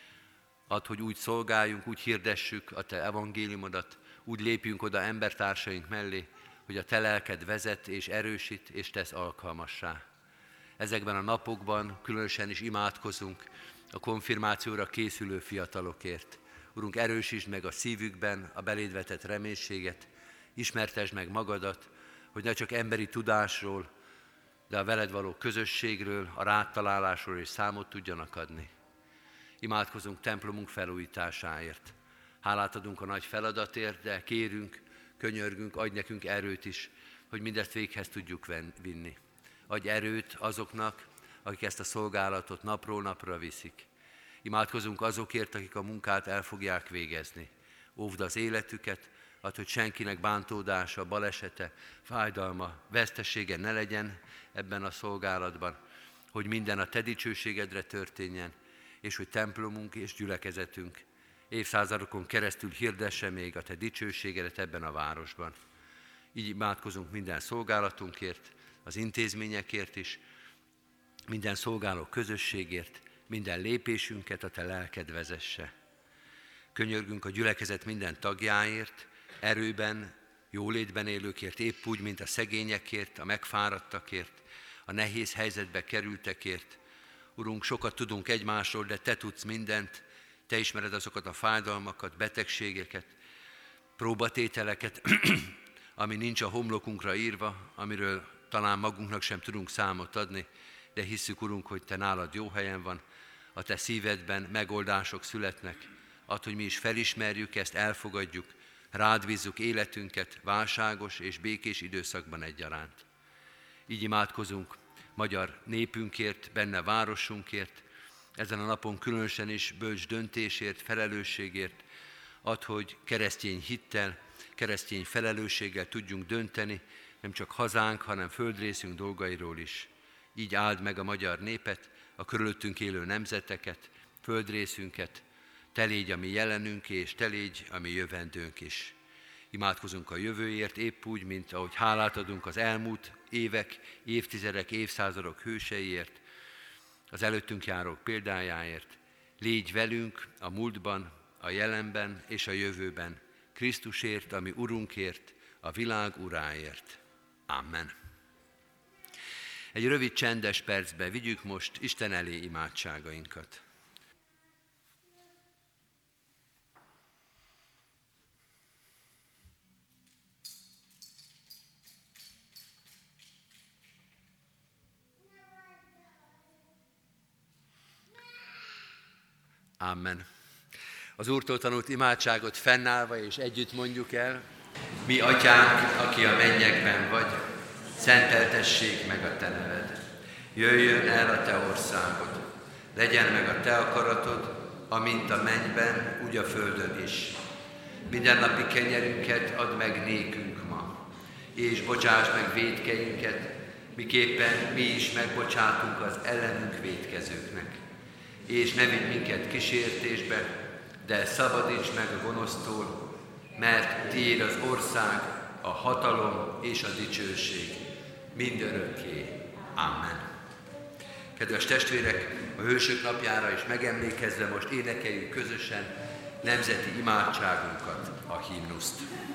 Add, hogy úgy szolgáljunk, úgy hirdessük a Te evangéliumodat, úgy lépjünk oda embertársaink mellé, hogy a Te lelked vezet és erősít és tesz alkalmassá. Ezekben a napokban különösen is imádkozunk a konfirmációra készülő fiatalokért. Urunk, erősítsd meg a szívükben a beléd vetett reménységet, ismertesd meg magadat, hogy ne csak emberi tudásról, de a veled való közösségről, a rád találásról is számot tudjanak adni. Imádkozunk templomunk felújításáért. Hálát adunk a nagy feladatért, de kérünk, könyörgünk, adj nekünk erőt is, hogy mindezt véghez tudjuk vinni. Adj erőt azoknak, akik ezt a szolgálatot napról napra viszik. Imádkozunk azokért, akik a munkát el fogják végezni. Óvd az életüket, add, hogy senkinek bántódása, balesete, fájdalma, vesztesége ne legyen ebben a szolgálatban, hogy minden a Te dicsőségedre történjen, és hogy templomunk és gyülekezetünk évszázadokon keresztül hirdesse még a Te dicsőségedet ebben a városban. Így imádkozunk minden szolgálatunkért, az intézményekért is, minden szolgáló közösségért, minden lépésünket a Te lelked vezesse. Könyörgünk a gyülekezet minden tagjáért, erőben, jólétben élőkért, épp úgy, mint a szegényekért, a megfáradtakért, a nehéz helyzetbe kerültekért. Urunk, sokat tudunk egymásról, de Te tudsz mindent, Te ismered azokat a fájdalmakat, betegségeket, próbatételeket, ami nincs a homlokunkra írva, amiről talán magunknak sem tudunk számot adni, de hisszük, Urunk, hogy Te nálad jó helyen van, a Te szívedben megoldások születnek. Add, hogy mi is felismerjük ezt, elfogadjuk, rád bízzuk életünket válságos és békés időszakban egyaránt. Így imádkozunk magyar népünkért, benne városunkért, ezen a napon különösen is bölcs döntésért, felelősségért. Add, hogy keresztény hittel, keresztény felelősséggel tudjunk dönteni, nem csak hazánk, hanem földrészünk dolgairól is. Így áld meg a magyar népet, a körülöttünk élő nemzeteket, földrészünket, Te légy a mi jelenünk, és Te légy a mi jövendőnk is. Imádkozunk a jövőért, épp úgy, mint ahogy hálát adunk az elmúlt évek, évtizedek, évszázadok hőseiért, az előttünk járók példájáért. Légy velünk a múltban, a jelenben és a jövőben, Krisztusért, a mi Urunkért, a világ uráért. Amen. Egy rövid csendes percbe vigyük most Isten elé imádságainkat. Amen. Az Úrtól tanult imádságot fennállva és együtt mondjuk el. Mi atyánk, aki a mennyekben vagy, szenteltessék meg a te neved. Jöjjön el a te országod. Legyen meg a te akaratod, amint a mennyben, úgy a földön is. Mindennapi kenyerünket add meg nékünk ma, és bocsáss meg vétkeinket, miképpen mi is megbocsátunk az ellenünk vétkezőknek. És ne vigy minket kísértésbe, de szabadíts meg a gonosztól, mert tiéd az ország, a hatalom és a dicsőség mindörökké. Amen. Kedves testvérek, a Hősök napjára is megemlékezve most énekeljük közösen nemzeti imádságunkat, a himnuszt.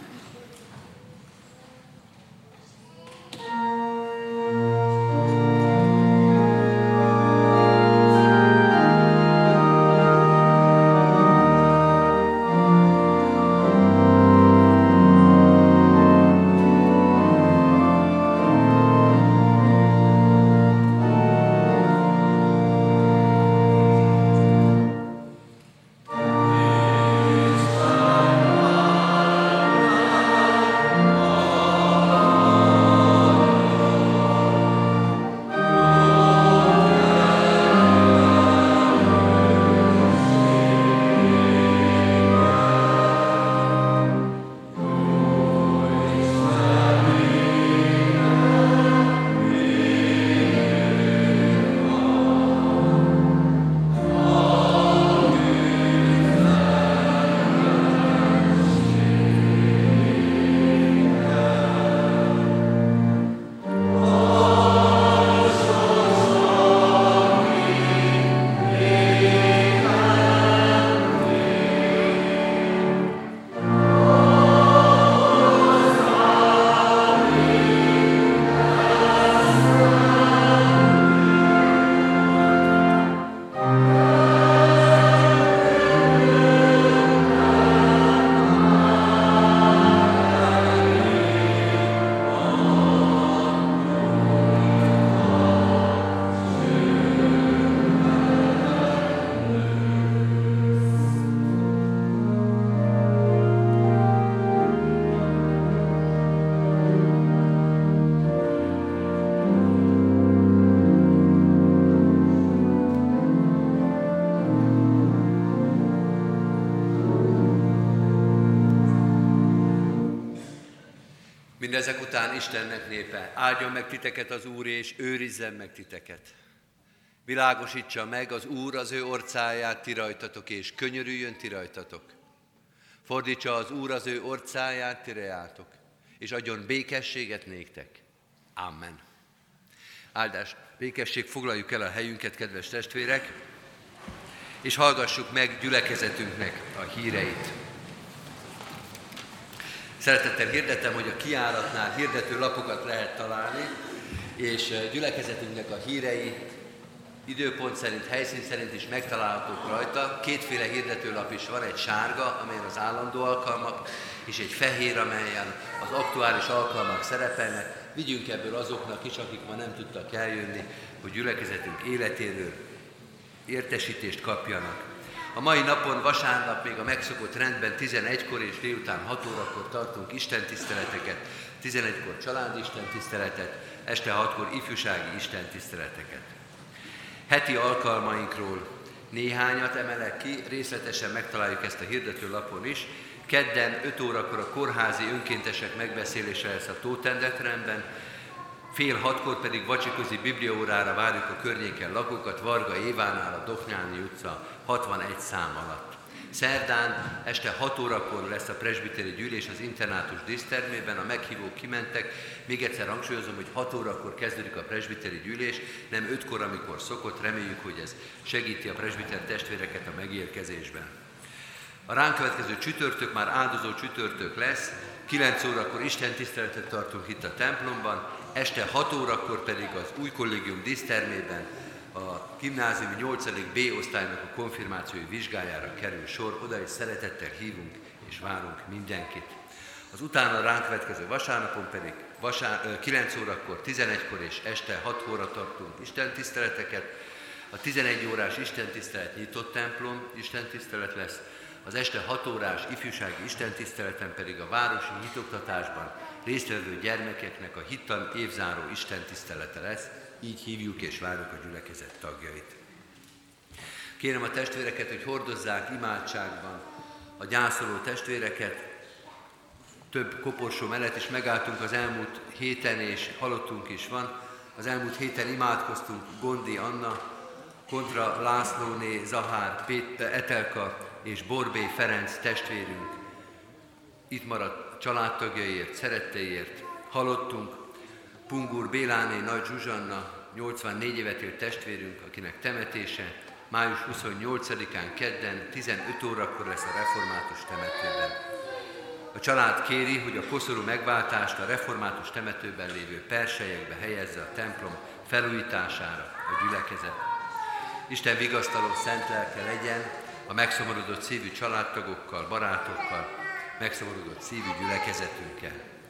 Mindezek után Istennek népe, áldjon meg titeket az Úr, és őrizzen meg titeket. Világosítsa meg az Úr az ő orcáját ti rajtatok, és könyörüljön ti rajtatok. Fordítsa az Úr az ő orcáját ti reátok, és adjon békességet néktek. Amen. Áldás, békesség, foglaljuk el a helyünket, kedves testvérek, és hallgassuk meg gyülekezetünknek a híreit. Szeretettel hirdetem, hogy a kijáratnál hirdető lapokat lehet találni, és gyülekezetünknek a hírei időpont szerint, helyszín szerint is megtalálhatók rajta. Kétféle hirdetőlap is van, egy sárga, amelyen az állandó alkalmak, és egy fehér, amelyen az aktuális alkalmak szerepelnek. Vigyünk ebből azoknak is, akik ma nem tudtak eljönni, hogy gyülekezetünk életéről értesítést kapjanak. A mai napon, vasárnap még a megszokott rendben 11-kor és délután 6 órakor tartunk istentiszteleteket, 11-kor családi istentiszteletet, este 6-kor ifjúsági istentiszteleteket. Heti alkalmainkról néhányat emelek ki, részletesen megtaláljuk ezt a hirdetőlapon is. Kedden 5 órakor a kórházi önkéntesek megbeszélése lesz a Tóth-teremben, fél 6-kor pedig vacsiközi bibliaórára várjuk a környéken lakókat Varga Évánál, a Dohnyányi utca 61 szám alatt. Szerdán este 6 órakor lesz a presbiteri gyűlés az internátus dísztermében, a meghívók kimentek. Még egyszer hangsúlyozom, hogy 6 órakor kezdődik a presbiteri gyűlés, nem 5-kor, amikor szokott. Reméljük, hogy ez segíti a presbiter testvéreket a megérkezésben. A ránk következő csütörtök már áldozó csütörtök lesz, 9 órakor istentiszteletet tartunk itt a templomban, este 6 órakor pedig az új kollégium dísztermében a gimnáziumi 8. B osztálynak a konfirmációi vizsgájára kerül sor, oda is szeretettel hívunk és várunk mindenkit. Az utána ránk következő vasárnapon pedig 9 órakor, 11-kor és este 6 óra tartunk istentiszteleteket. A 11 órás istentisztelet nyitott templom istentisztelet lesz, az este 6 órás ifjúsági istentiszteleten pedig a városi hitoktatásban résztvevő gyermekeknek a hittan évzáró istentisztelete lesz, így hívjuk és várjuk a gyülekezet tagjait. Kérem a testvéreket, hogy hordozzák imádságban a gyászoló testvéreket. Több koporsó mellett is megálltunk az elmúlt héten, és halottunk is van. Az elmúlt héten imádkoztunk Gondi Anna, Kontra Lászlóné, Zahár, Etelka és Borbély Ferenc testvérünk itt maradt családtagjaiért, szeretteiért. Halottunk Pungur Béláné Nagy Zsuzsanna, 84 évet élt testvérünk, akinek temetése május 28-án kedden 15 órakor lesz a református temetőben. A család kéri, hogy a koszorú megváltást a református temetőben lévő perselyekbe helyezze a templom felújítására a gyülekezet. Isten vigasztaló szent lelke legyen a megszomorodott szívű családtagokkal, barátokkal, megszomorodott szívű gyülekezetünkkel.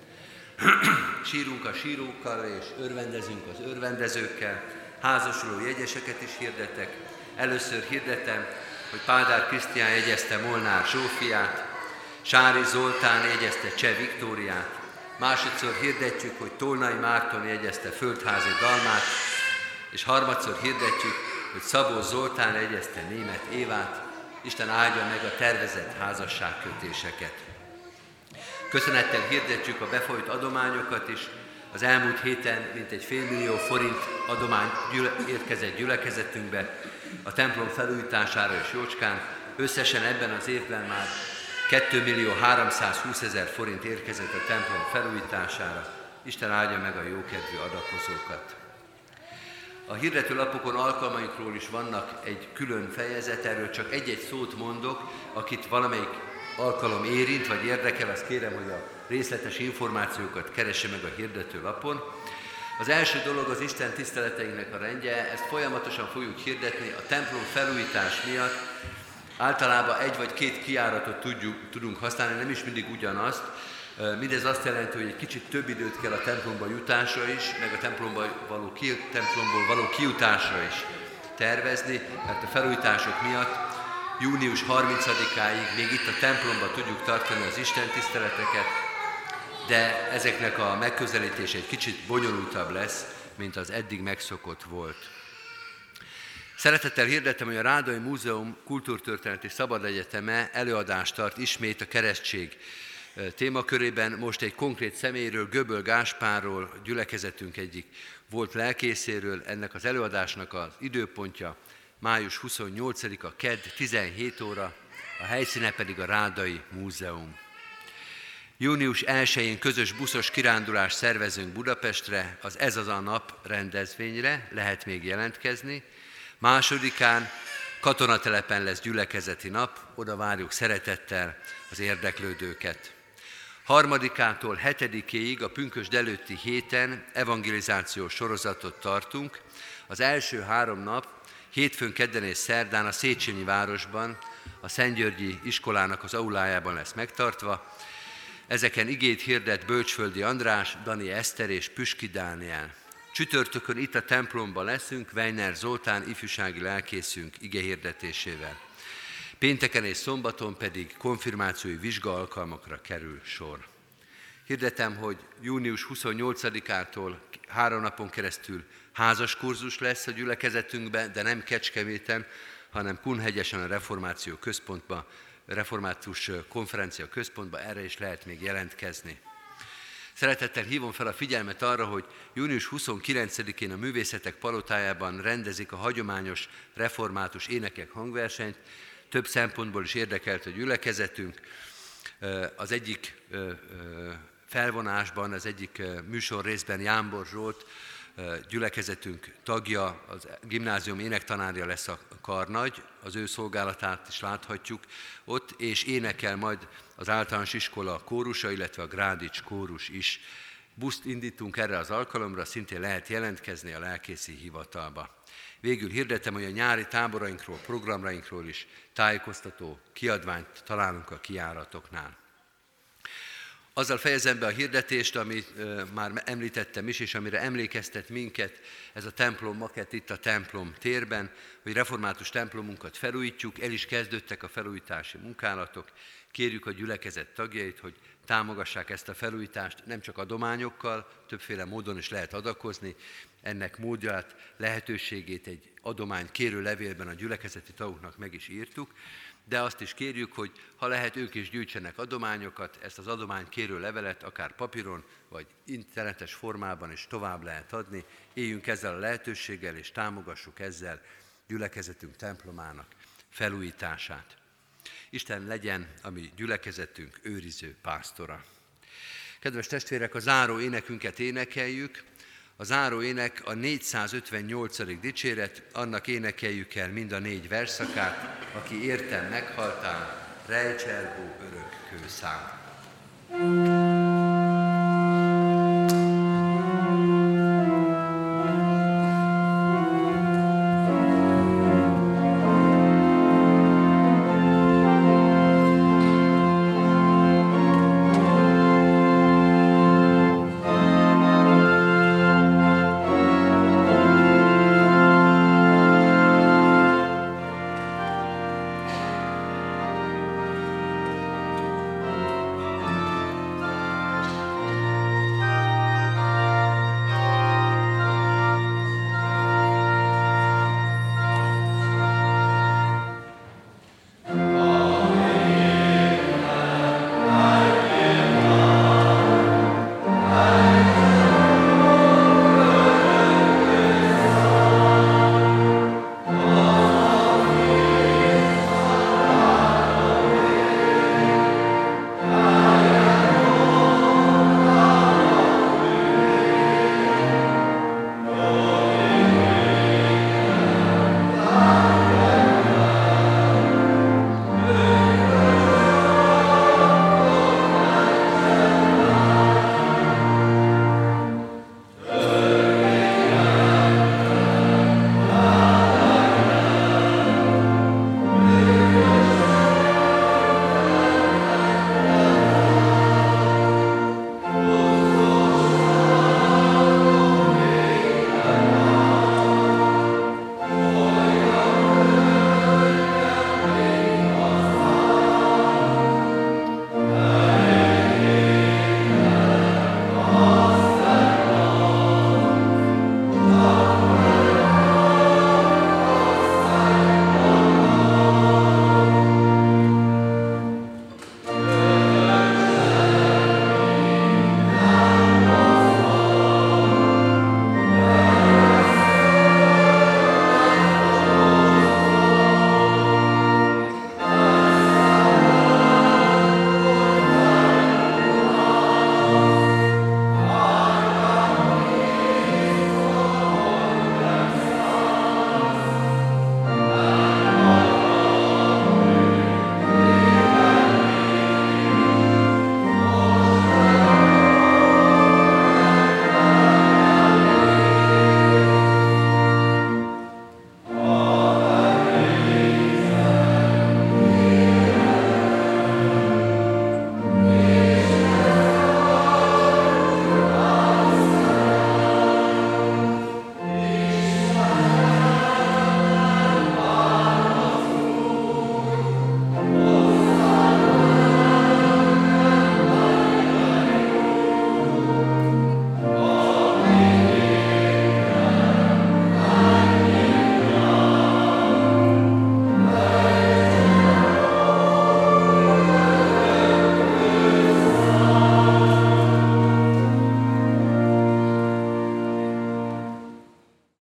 Sírunk a sírókkal és örvendezünk az örvendezőkkel, házasuló jegyeseket is hirdetek. Először hirdetem, hogy Pádár Krisztián jegyezte Molnár Zsófiát, Sári Zoltán jegyezte Cseh Viktóriát, másodszor hirdetjük, hogy Tolnai Márton jegyezte Földházi Dalmát, és harmadszor hirdetjük, hogy Szabó Zoltán jegyezte Német Évát. Isten áldja meg a tervezett házasságkötéseket. Köszönettel hirdetjük a befolyt adományokat is. Az elmúlt héten mintegy $500 000 forint adomány érkezett gyülekezetünkbe a templom felújítására és jócskán. Összesen ebben az évben már 2.320.000 forint érkezett a templom felújítására. Isten áldja meg a jókedvű adakozókat. A hirdetőlapokon alkalmainkról is vannak egy külön fejezet, erről csak egy-egy szót mondok, akit valamelyik alkalom érint vagy érdekel, azt kérem, hogy a részletes információkat keresse meg a hirdetőlapon. Az első dolog az Isten tiszteleteinknek a rendje, ezt folyamatosan fogjuk hirdetni a templom felújítás miatt. Általában 1 vagy 2 kijáratot tudunk használni, nem is mindig ugyanazt. Mindez azt jelenti, hogy egy kicsit több időt kell a templomba jutásra is, meg a templomból való kijutásra is tervezni, mert a felújítások miatt június 30-áig még itt a templomban tudjuk tartani az istentiszteleteket, de ezeknek a megközelítése egy kicsit bonyolultabb lesz, mint az eddig megszokott volt. Szeretettel hirdetem, hogy a Rádai Múzeum Kultúrtörténeti Szabadegyeteme előadást tart ismét a keresztség témakörében. Most egy konkrét személyről, Göböl Gáspárról, gyülekezetünk egyik volt lelkészéről. Ennek az előadásnak az időpontja május 28-a, kedd 17 óra, a helyszíne pedig a Rádai Múzeum. Június 1-én közös buszos kirándulást szervezünk Budapestre, az Ez az a nap rendezvényre, lehet még jelentkezni. 2-án katonatelepen lesz gyülekezeti nap, oda várjuk szeretettel az érdeklődőket. 3-ától 7-ig a pünkösd előtti héten evangelizációs sorozatot tartunk. Az első 3 nap, hétfőn, kedden és szerdán a Széchenyi városban, a Szentgyörgyi iskolának az aulájában lesz megtartva. Ezeken igét hirdet Bölcsföldi András, Dani Eszter és Püski Dániel. Csütörtökön itt a templomban leszünk, Weiner Zoltán ifjúsági lelkészünk igehirdetésével. Pénteken és szombaton pedig konfirmációi vizsga alkalmakra kerül sor. Hirdetem, hogy június 28-ától 3 napon keresztül házas kurzus lesz a gyülekezetünkben, de nem Kecskeméten, hanem Kunhegyesen a Reformáció Központban, Református Konferencia Központban, erre is lehet még jelentkezni. Szeretettel hívom fel a figyelmet arra, hogy június 29-én a Művészetek Palotájában rendezik a hagyományos református énekek hangversenyt. Több szempontból is érdekelt a gyülekezetünk. Az egyik felvonásban, az egyik műsorrészben Jámbor Zsolt, gyülekezetünk tagja, az gimnázium énektanárja lesz a karnagy, az ő szolgálatát is láthatjuk ott, és énekel majd az általános iskola kórusa, illetve a Grádics kórus is. Buszt indítunk erre az alkalomra, szintén lehet jelentkezni a lelkészi hivatalba. Végül hirdetem, hogy a nyári táborainkról, programrainkról is tájékoztató kiadványt találunk a kijáratoknál. Azzal fejezem be a hirdetést, amit már említettem is, és amire emlékeztet minket ez a templom makett itt a templom térben, hogy református templomunkat felújítjuk, el is kezdődtek a felújítási munkálatok. Kérjük a gyülekezet tagjait, hogy támogassák ezt a felújítást, nem csak adományokkal, többféle módon is lehet adakozni. Ennek módját, lehetőségét egy adomány kérő levélben a gyülekezeti tagoknak meg is írtuk, de azt is kérjük, hogy ha lehet, ők is gyűjtsenek adományokat, ezt az adomány kérő levelet akár papíron, vagy internetes formában is tovább lehet adni. Éljünk ezzel a lehetőséggel, és támogassuk ezzel gyülekezetünk templomának felújítását. Isten legyen a mi gyülekezetünk őriző pásztora. Kedves testvérek, a záró énekünket énekeljük. A záró ének a 458. dicséret, annak énekeljük el mind a 4 versszakát, aki értem meghaltál, rejts el, ó örök kőszám.